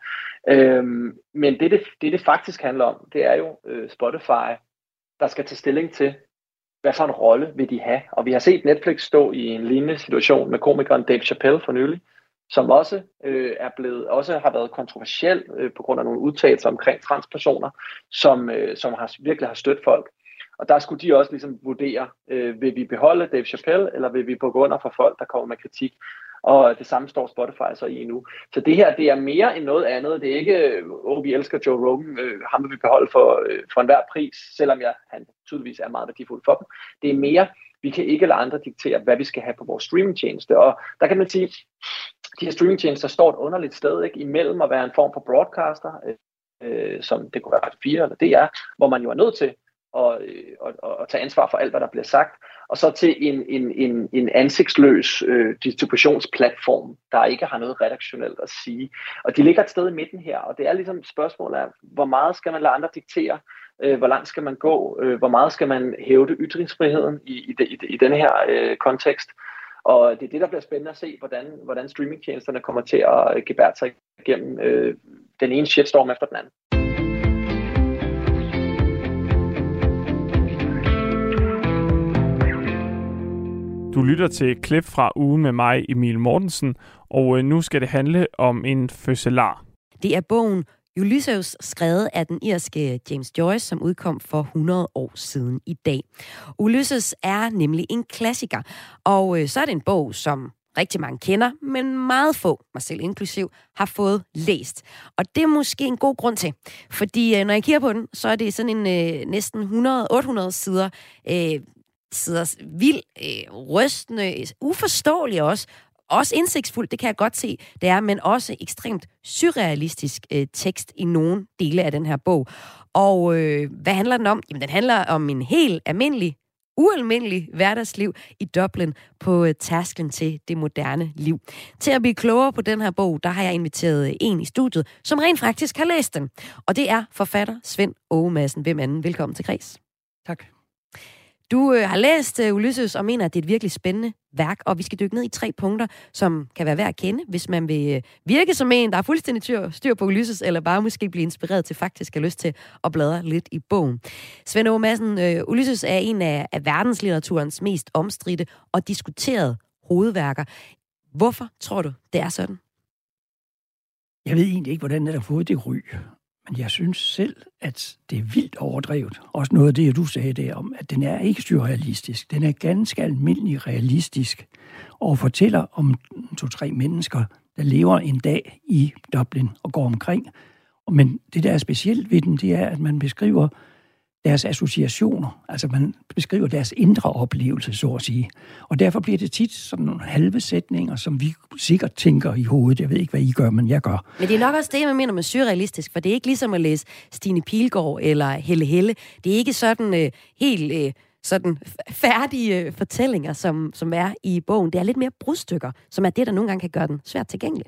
Men det faktisk handler om, det er jo Spotify, der skal tage stilling til, hvad for en rolle vil de have. Og vi har set Netflix stå i en lignende situation med komikeren Dave Chappelle for nylig, som også har været kontroversiel på grund af nogle udtalelser omkring transpersoner, som virkelig har støttet folk. Og der skulle de også ligesom vurdere, vil vi beholde Dave Chappelle, eller vil vi bukke under for folk, der kommer med kritik. Og det samme står Spotify så i nu. Så det her, det er mere end noget andet. Det er ikke, vi elsker Joe Rogan, ham vil vi beholde for enhver pris, selvom han tydeligvis er meget værdifuld for dem. Det er mere, vi kan ikke lade andre diktere, hvad vi skal have på vores streamingtjeneste. Og der kan man sige, de her streamingtjenester står et underligt sted, ikke, imellem at være en form for broadcaster, som det kunne være Radio 4 eller DR, hvor man jo er nødt til og tage ansvar for alt, hvad der bliver sagt, og så til en ansigtsløs distributionsplatform, der ikke har noget redaktionelt at sige. Og de ligger et sted i midten her, og det er ligesom et spørgsmål af, hvor meget skal man lade andre diktere, hvor langt skal man gå, hvor meget skal man hævde ytringsfriheden i denne her kontekst. Og det er det, der bliver spændende at se, hvordan streamingtjenesterne kommer til at gebære sig igennem den ene shitstorm efter den anden. Du lytter til et klip fra ugen med mig, Emil Mortensen, og nu skal det handle om en fødselar. Det er bogen Ulysses, skrevet af den irske James Joyce, som udkom for 100 år siden i dag. Ulysses er nemlig en klassiker, og så er det en bog, som rigtig mange kender, men meget få, mig selv inklusiv, har fået læst. Og det er måske en god grund til, fordi når jeg kigger på den, så er det sådan en næsten 800 sider vild, rystende, uforståelig også, også indsigtsfuldt, det kan jeg godt se, det er, men også ekstremt surrealistisk tekst i nogle dele af den her bog. Og hvad handler den om? Jamen, den handler om en helt ualmindelig hverdagsliv i Dublin på tærsklen til det moderne liv. Til at blive klogere på den her bog, der har jeg inviteret en i studiet, som rent faktisk har læst den. Og det er forfatter Svend Åge Madsen. Hvem anden? Velkommen til Kreds. Tak. Du har læst Ulysses og mener, at det er et virkelig spændende værk, og vi skal dykke ned i 3 punkter, som kan være værd at kende, hvis man vil virke som en, der er fuldstændig styr på Ulysses, eller bare måske blive inspireret til faktisk at have lyst til at bladre lidt i bogen. Svend Åge Madsen, Ulysses er en af verdenslitteraturens mest omstridte og diskuterede hovedværker. Hvorfor tror du, det er sådan? Jeg ved egentlig ikke, hvordan den har fået det ry. Men jeg synes selv, at det er vildt overdrevet. Også noget af det, du sagde der om, at den er ikke surrealistisk. Den er ganske almindelig realistisk og fortæller om 2-3 mennesker, der lever en dag i Dublin og går omkring. Men det, der er specielt ved den, det er, at man beskriver deres associationer. Altså man beskriver deres indre oplevelse, så at sige. Og derfor bliver det tit sådan nogle halve sætninger, som vi sikkert tænker i hovedet. Jeg ved ikke, hvad I gør, men jeg gør. Men det er nok også det, jeg mener med surrealistisk, for det er ikke ligesom at læse Stine Pilgaard eller Helle Helle. Det er ikke sådan helt sådan færdige fortællinger, som er i bogen. Det er lidt mere brudstykker, som er det, der nogle gange kan gøre den svært tilgængeligt.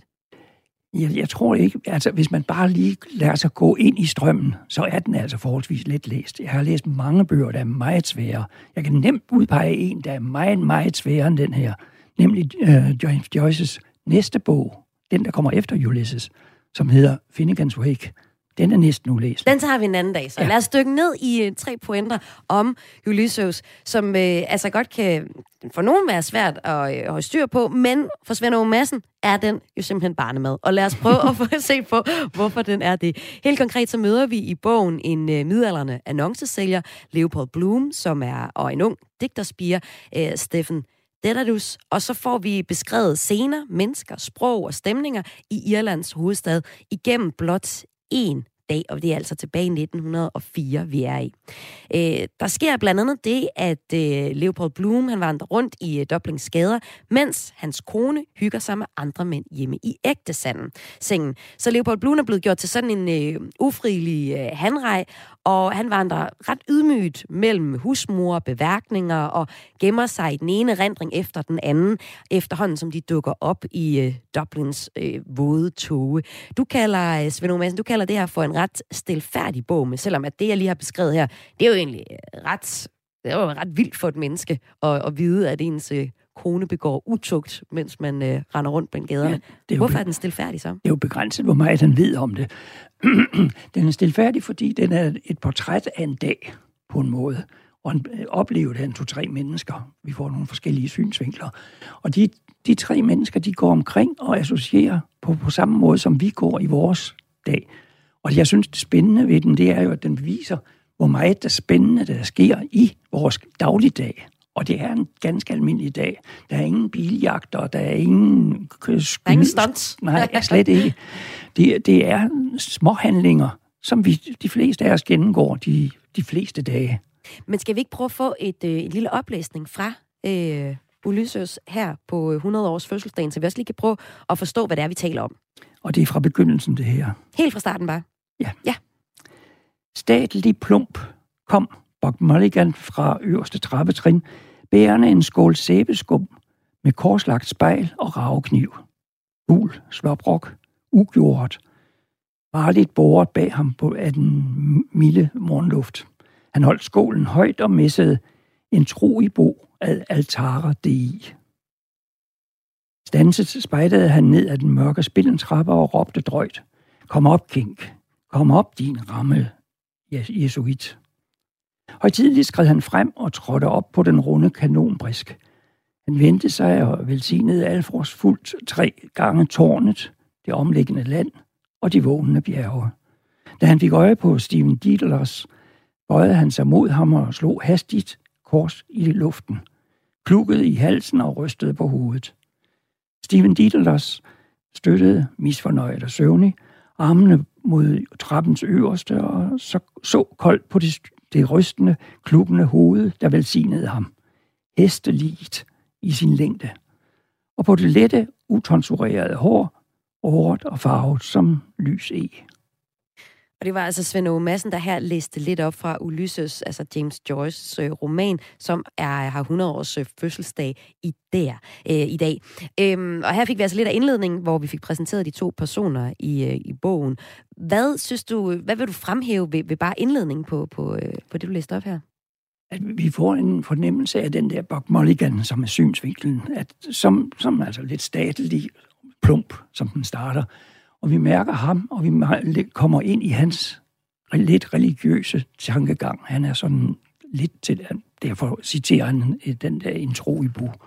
Jeg tror ikke, altså hvis man bare lige lader sig gå ind i strømmen, så er den altså forholdsvis let læst. Jeg har læst mange bøger, der er meget svære. Jeg kan nemt udpege en, der er meget, meget sværere end den her. Nemlig James Joyces næste bog, den der kommer efter Ulysses, som hedder Finnegans Wake. Den er næsten ulæst. Den tager vi en anden dag, så lad os dykke ned i 3 pointer om Ulysses, som altså godt kan for nogen være svært at holde styr på, men for Svend Åge Madsen er den jo simpelthen barnemad. Og lad os prøve at få se på, hvorfor den er det. Helt konkret så møder vi i bogen en midaldrende annoncesælger, Leopold Bloom, og en ung digterspirer, Stefan Dedalus, og så får vi beskrevet scener, mennesker, sprog og stemninger i Irlands hovedstad igennem blot en dag, og det er altså tilbage i 1904, vi er i. Der sker blandt andet det, at Leopold Bloom, han vandrer rundt i Dublins gader, mens hans kone hygger sig med andre mænd hjemme i ægtesengen. Så Leopold Bloom er blevet gjort til sådan en ufrivillig hanrej, og han vandrer ret ydmygt mellem husmor, beværkninger og gemmer sig i den ene erindring efter den anden, efterhånden som de dukker op i Dublins våde tåge. Du kalder, Svend Åge Madsen, det her for en ret stilfærdig bog, men selvom at det, jeg lige har beskrevet her, det er jo egentlig ret vildt for et menneske at vide, at ens kone begår utugt, mens man render rundt på gaderne. Ja, hvorfor er den stilfærdig så? Det er jo begrænset, hvor meget han ved om det. Den er stilfærdig, fordi den er et portræt af en dag på en måde, og oplevet af 2-3 mennesker. Vi får nogle forskellige synsvinkler. Og de 3 mennesker, de går omkring og associerer på samme måde, som vi går i vores dag. Og jeg synes, det spændende ved den, det er jo, at den viser, hvor meget der spændende, der sker i vores dagligdag. Og det er en ganske almindelig dag. Der er ingen biljagter, der er ingen stunts. Nej, slet ikke. Det er småhandlinger, som de fleste af os gennemgår de fleste dage. Men skal vi ikke prøve at få et lille oplæsning fra Ulysses her på 100 års fødselsdagen, så vi også lige kan prøve at forstå, hvad det er, vi taler om? Og det er fra begyndelsen, det her. Helt fra starten bare? Ja. Statlig plump kom Buck Mulligan fra øverste trappetrin, bærende en skål sæbeskum med korslagt spejl og ravekniv. Gul, slåbrok, ugjort, varligt båret bag ham af den milde morgenluft. Han holdt skålen højt og messede en tro i bo ad altare dei. Standset spejdede han ned ad den mørke spillentrappe og råbte drøjt: "Kom op, Kink. Kom op, din ramme, jesuit." Højtideligt skred han frem og trådte op på den runde kanonbrisk. Han vendte sig og velsignede Alfors fuldt 3 gange tårnet, det omliggende land og de vågnende bjerge. Da han fik øje på Stephen Dedalus, bøjede han sig mod ham og slog hastigt kors i luften, klukkede i halsen og rystede på hovedet. Stephen Dedalus støttede, misfornøjet og søvnig, armene mod trappens øverste og så koldt på det rystende, klukkende hoved, der velsignede ham. Hesteliget i sin længde. og på det lette, utonsurerede hår, håret og farvet som lys e. Og det var altså Svend Åge Madsen, der her læste lidt op fra Ulysses, altså James Joyces roman, som har 100 års fødselsdag i dag. Og her fik vi altså lidt af indledningen, hvor vi fik præsenteret de to personer i bogen. Hvad vil du fremhæve ved bare indledningen på det, du læste op her? At vi får en fornemmelse af den der Buck Mulligan, som er synsvinklen, at som altså lidt statelig plump, som den starter. Og vi mærker ham, og vi kommer ind i hans lidt religiøse tankegang. Han er sådan lidt til, derfor citerer han den der intro i Bo.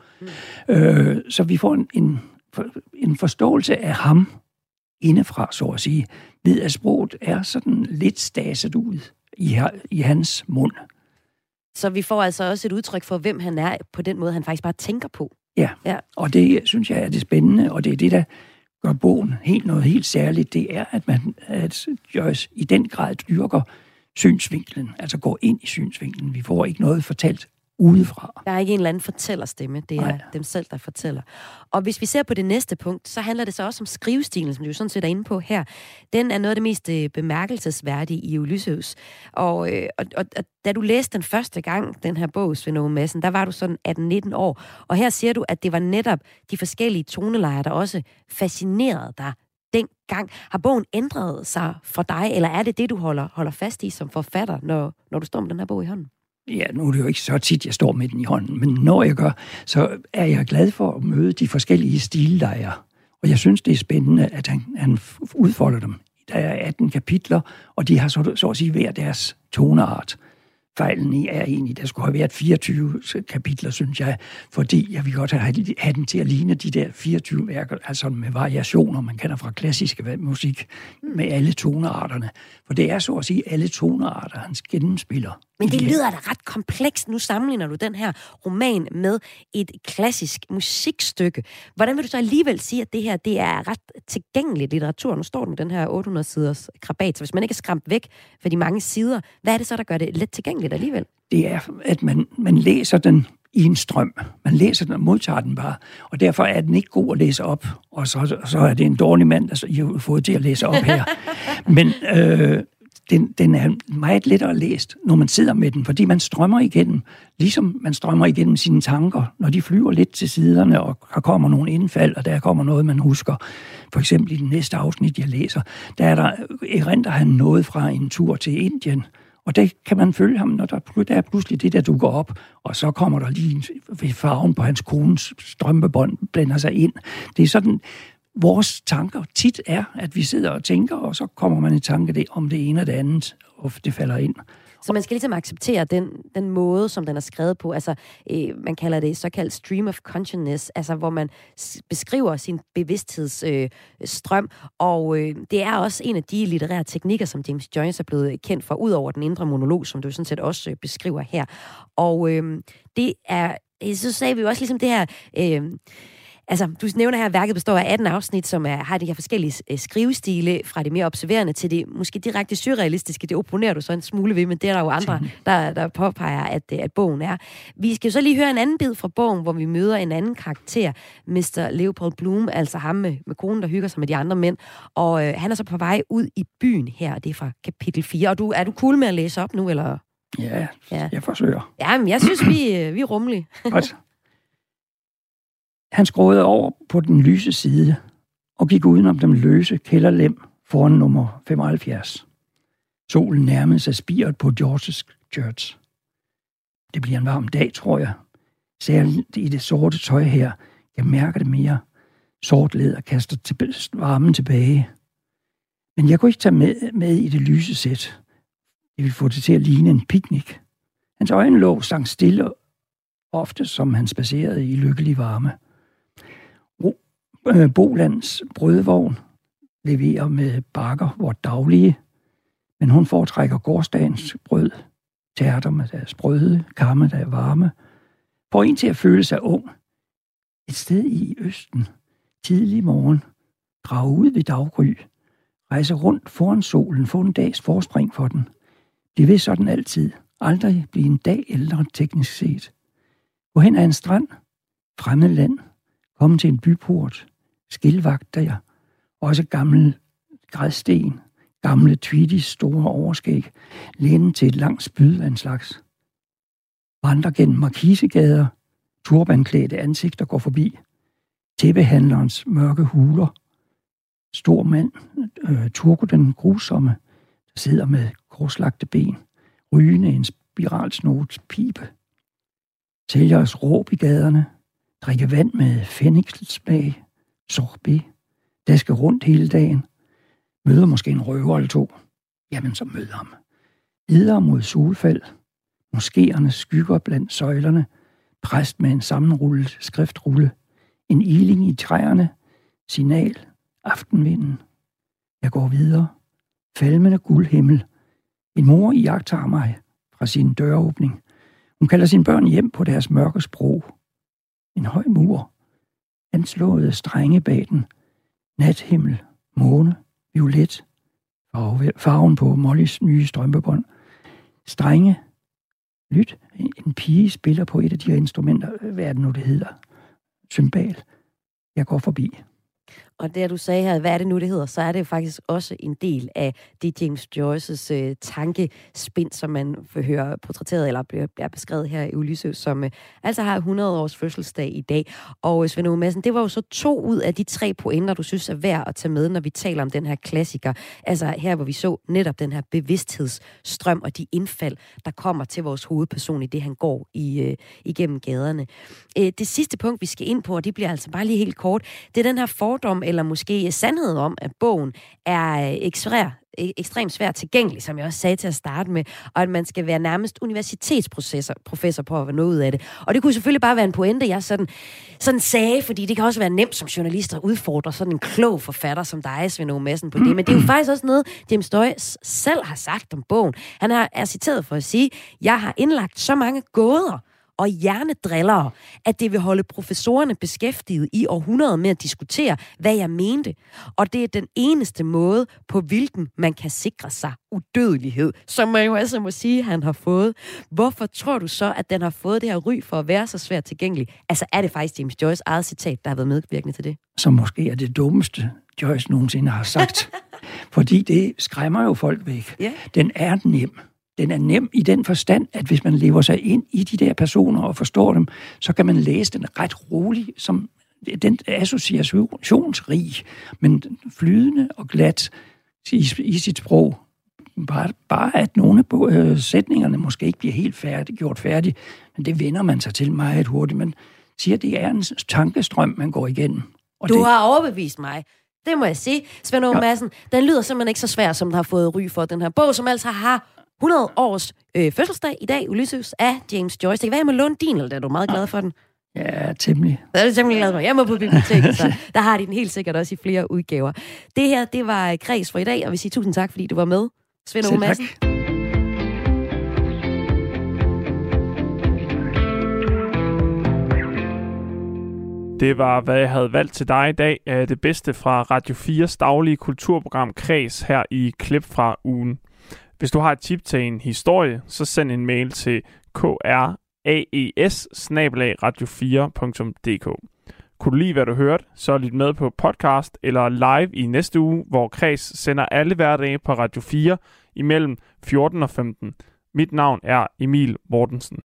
Så vi får en forståelse af ham indefra, så at sige, ved at sproget er sådan lidt staset ud i hans mund. Så vi får altså også et udtryk for, hvem han er, på den måde, han faktisk bare tænker på. Ja. Og det synes jeg er det spændende, og det er det, der gør bogen noget helt særligt. Det er, at Joyce i den grad dyrker synsvinklen, altså går ind i synsvinklen. Vi får ikke noget fortalt udefra. Der er ikke en eller anden fortællerstemme, det er dem selv, der fortæller. Og hvis vi ser på det næste punkt, så handler det så også om skrivestilen, som du sådan set er inde på her. Den er noget af det mest bemærkelsesværdige i Ulysses. Og da du læste den første gang, den her bog, Svend Åge Madsen, der var du sådan 18-19 år. Og her siger du, at det var netop de forskellige tonelejer, der også fascinerede dig dengang. Har bogen ændret sig for dig, eller er det det, du holder fast i som forfatter, når du står med den her bog i hånden? Ja, nu er det jo ikke så tit, jeg står med den i hånden, men når jeg gør, så er jeg glad for at møde de forskellige stile, der er. Og jeg synes, det er spændende, at han udfolder dem. Der er 18 kapitler, og de har så at sige hver deres toneart. Fejlen er egentlig, der skulle have været 24 kapitler, synes jeg, fordi jeg vil godt have den til at ligne de der 24 værker, altså med variationer, man kender fra klassisk musik, med alle tonearterne. For det er så at sige alle tonearter, han gennemspiller. Men det lyder da ret komplekst. Nu sammenligner du den her roman med et klassisk musikstykke. Hvordan vil du så alligevel sige, at det her det er ret tilgængelig litteratur? Nu står den med den her 800-siders krabat, så hvis man ikke er skræmt væk for de mange sider, hvad er det så, der gør det let tilgængeligt alligevel? Det er, at man læser den i en strøm. Man læser den og modtager den bare. Og derfor er den ikke god at læse op. Og så er det en dårlig mand, der I har fået til at læse op her. Men den er meget lettere læst, når man sidder med den, fordi man strømmer igennem, ligesom man strømmer igennem sine tanker, når de flyver lidt til siderne, og der kommer nogle indfald, og der kommer noget, man husker. For eksempel i den næste afsnit, jeg læser, der erindrer han noget fra en tur til Indien, og der kan man følge ham, når der er pludselig det, der dukker op, og så kommer der lige ved farven på hans kones strømpebånd, blander sig ind. Det er sådan, vores tanker tit er, at vi sidder og tænker, og så kommer man i tanke om det ene og det andet, og det falder ind. Så man skal ligesom acceptere den måde, som den er skrevet på. Altså, man kalder det såkaldt stream of consciousness, altså hvor man beskriver sin bevidsthedsstrøm. Og det er også en af de litterære teknikker, som James Joyce er blevet kendt for, ud over den indre monolog, som du sådan set også beskriver her. Og det er, så sagde vi jo også ligesom det her... Altså, du nævner her, at værket består af 18 afsnit, som har de her forskellige skrivestile, fra det mere observerende til det måske direkte surrealistiske. Det opponerer du så en smule ved, men det er der jo andre, der påpeger, at bogen er. Vi skal jo så lige høre en anden bid fra bogen, hvor vi møder en anden karakter, Mr. Leopold Bloom, altså ham med konen, der hygger sig med de andre mænd. Og han er så på vej ud i byen her, det er fra kapitel 4. Og er du cool med at læse op nu, eller? Ja, jeg forsøger. Ja, men jeg synes, vi er rummelige. Godt. Han skråede over på den lyse side og gik udenom den løse kælderlem foran nummer 75. Solen nærmede sig spiret på George's Church. Det bliver en varm dag, tror jeg. Særligt i det sorte tøj her. Jeg mærker det mere. Sort læder kaster varmen tilbage. Men jeg kunne ikke tage med i det lyse sæt. Det ville få det til at ligne en picnic. Hans øjenlåg sang stille, ofte som han spacerede i lykkelig varme. Bolands brødvogn leverer med bakker vort daglige, men hun foretrækker gårdsdagens brød, tærter med deres sprøde, karme, der er varme, får en til at føle sig ung. Et sted i Østen, tidlig morgen, drage ud ved daggry, rejse rundt foran solen, få en dags forspring for den. Det vil sådan altid, aldrig blive en dag ældre teknisk set. Gå hen ad en strand, fremmed land, Komme til en byport, skilvagter jeg, også gammel græssten, gamle Tweedys store overskæg, lænet til et langt spyd af en slags. Vandrer gennem markisegader, turbanklædte ansigter går forbi, tæppehandlerens mørke huler, stor mand, Turko den grusomme, der sidder med korslagte ben, rygende en spiralsnoet pibe. Sælgers råb i gaderne, drikke vand med fenniksmag, sorbet, daske rundt hele dagen, møder måske en røver eller to, jamen så møder ham. Videre mod solfald, moskéernes skygger blandt søjlerne, præst med en sammenrullet skriftrulle, en iling i træerne, signal, aftenvinden. Jeg går videre, falmende guldhimmel. En mor iagttager mig fra sin døråbning. Hun kalder sine børn hjem på deres mørke sprog. En høj mur, anslåede strenge bag den, nathimmel, måne, violet, farven på Mollys nye strømpebånd. Strenge, lyt, en pige spiller på et af de her instrumenter, hvad er det nu, det hedder? Cymbal. Jeg går forbi. Og det, du sagde her, hvad er det nu, det hedder, så er det jo faktisk også en del af det James Joyces tankespind, som man får høre portrætteret, eller bliver beskrevet her i Ulysses, som altså har 100 års fødselsdag i dag. Og Svend Åge Madsen, det var jo så 2 ud af de 3 pointer, du synes er værd at tage med, når vi taler om den her klassiker. Altså her, hvor vi så netop den her bevidsthedsstrøm og de indfald, der kommer til vores hovedperson i det, han går igennem gaderne. Det sidste punkt, vi skal ind på, og det bliver altså bare lige helt kort, det er den her fordom, eller måske sandheden om, at bogen er ekstremt svært tilgængelig, som jeg også sagde til at starte med, og at man skal være nærmest universitetsprofessor på at være noget ud af det. Og det kunne selvfølgelig bare være en pointe, jeg sådan sagde, fordi det kan også være nemt som journalist at udfordre sådan en klog forfatter som dig, Svend Åge Madsen, på det. Men det er jo faktisk også noget, James Joyce selv har sagt om bogen. Han er citeret for at sige, jeg har indlagt så mange gåder og hjernedrillere, at det vil holde professorerne beskæftiget i århundreder med at diskutere, hvad jeg mente. Og det er den eneste måde, på hvilken man kan sikre sig udødelighed, som man jo altså må sige, han har fået. Hvorfor tror du så, at den har fået det her ry for at være så svært tilgængelig? Altså er det faktisk James Joyce eget citat, der har været medvirkende til det? Som måske er det dummeste, Joyce nogensinde har sagt. Fordi det skræmmer jo folk væk. Yeah. Den er nem. Den er nem i den forstand, at hvis man lever sig ind i de der personer og forstår dem, så kan man læse den ret roligt, som den associationsrig, men flydende og glat i sit sprog. Bare at nogle af sætningerne måske ikke bliver helt gjort færdig, men det vender man sig til meget hurtigt. Man siger, at det er en tankestrøm, man går igennem. Og du har overbevist mig. Det må jeg sige. Svend Åge Madsen, den lyder simpelthen ikke så svær, som den har fået ry for, den her bog, som altså har 100 års fødselsdag i dag, Ulysses, af James Joyce. Det kan være, jeg må låne din, eller er du meget glad for den? Ja, temmelig. Det er du temmelig glad for. Jeg må på biblioteket, så der har de den helt sikkert også i flere udgaver. Det her, det var Kreds for i dag, og vi siger tusind tak, fordi du var med, Svend Åge Madsen. Det var, hvad jeg havde valgt til dig i dag, af det bedste fra Radio 4's daglige kulturprogram Kreds her i Klip fra ugen. Hvis du har et tip til en historie, så send en mail til kraes@radio4.dk. Kunne du lide, hvad du hørte, så lyt med på podcast eller live i næste uge, hvor Kreds sender alle hverdage på Radio 4 imellem 14 og 15. Mit navn er Emil Mortensen.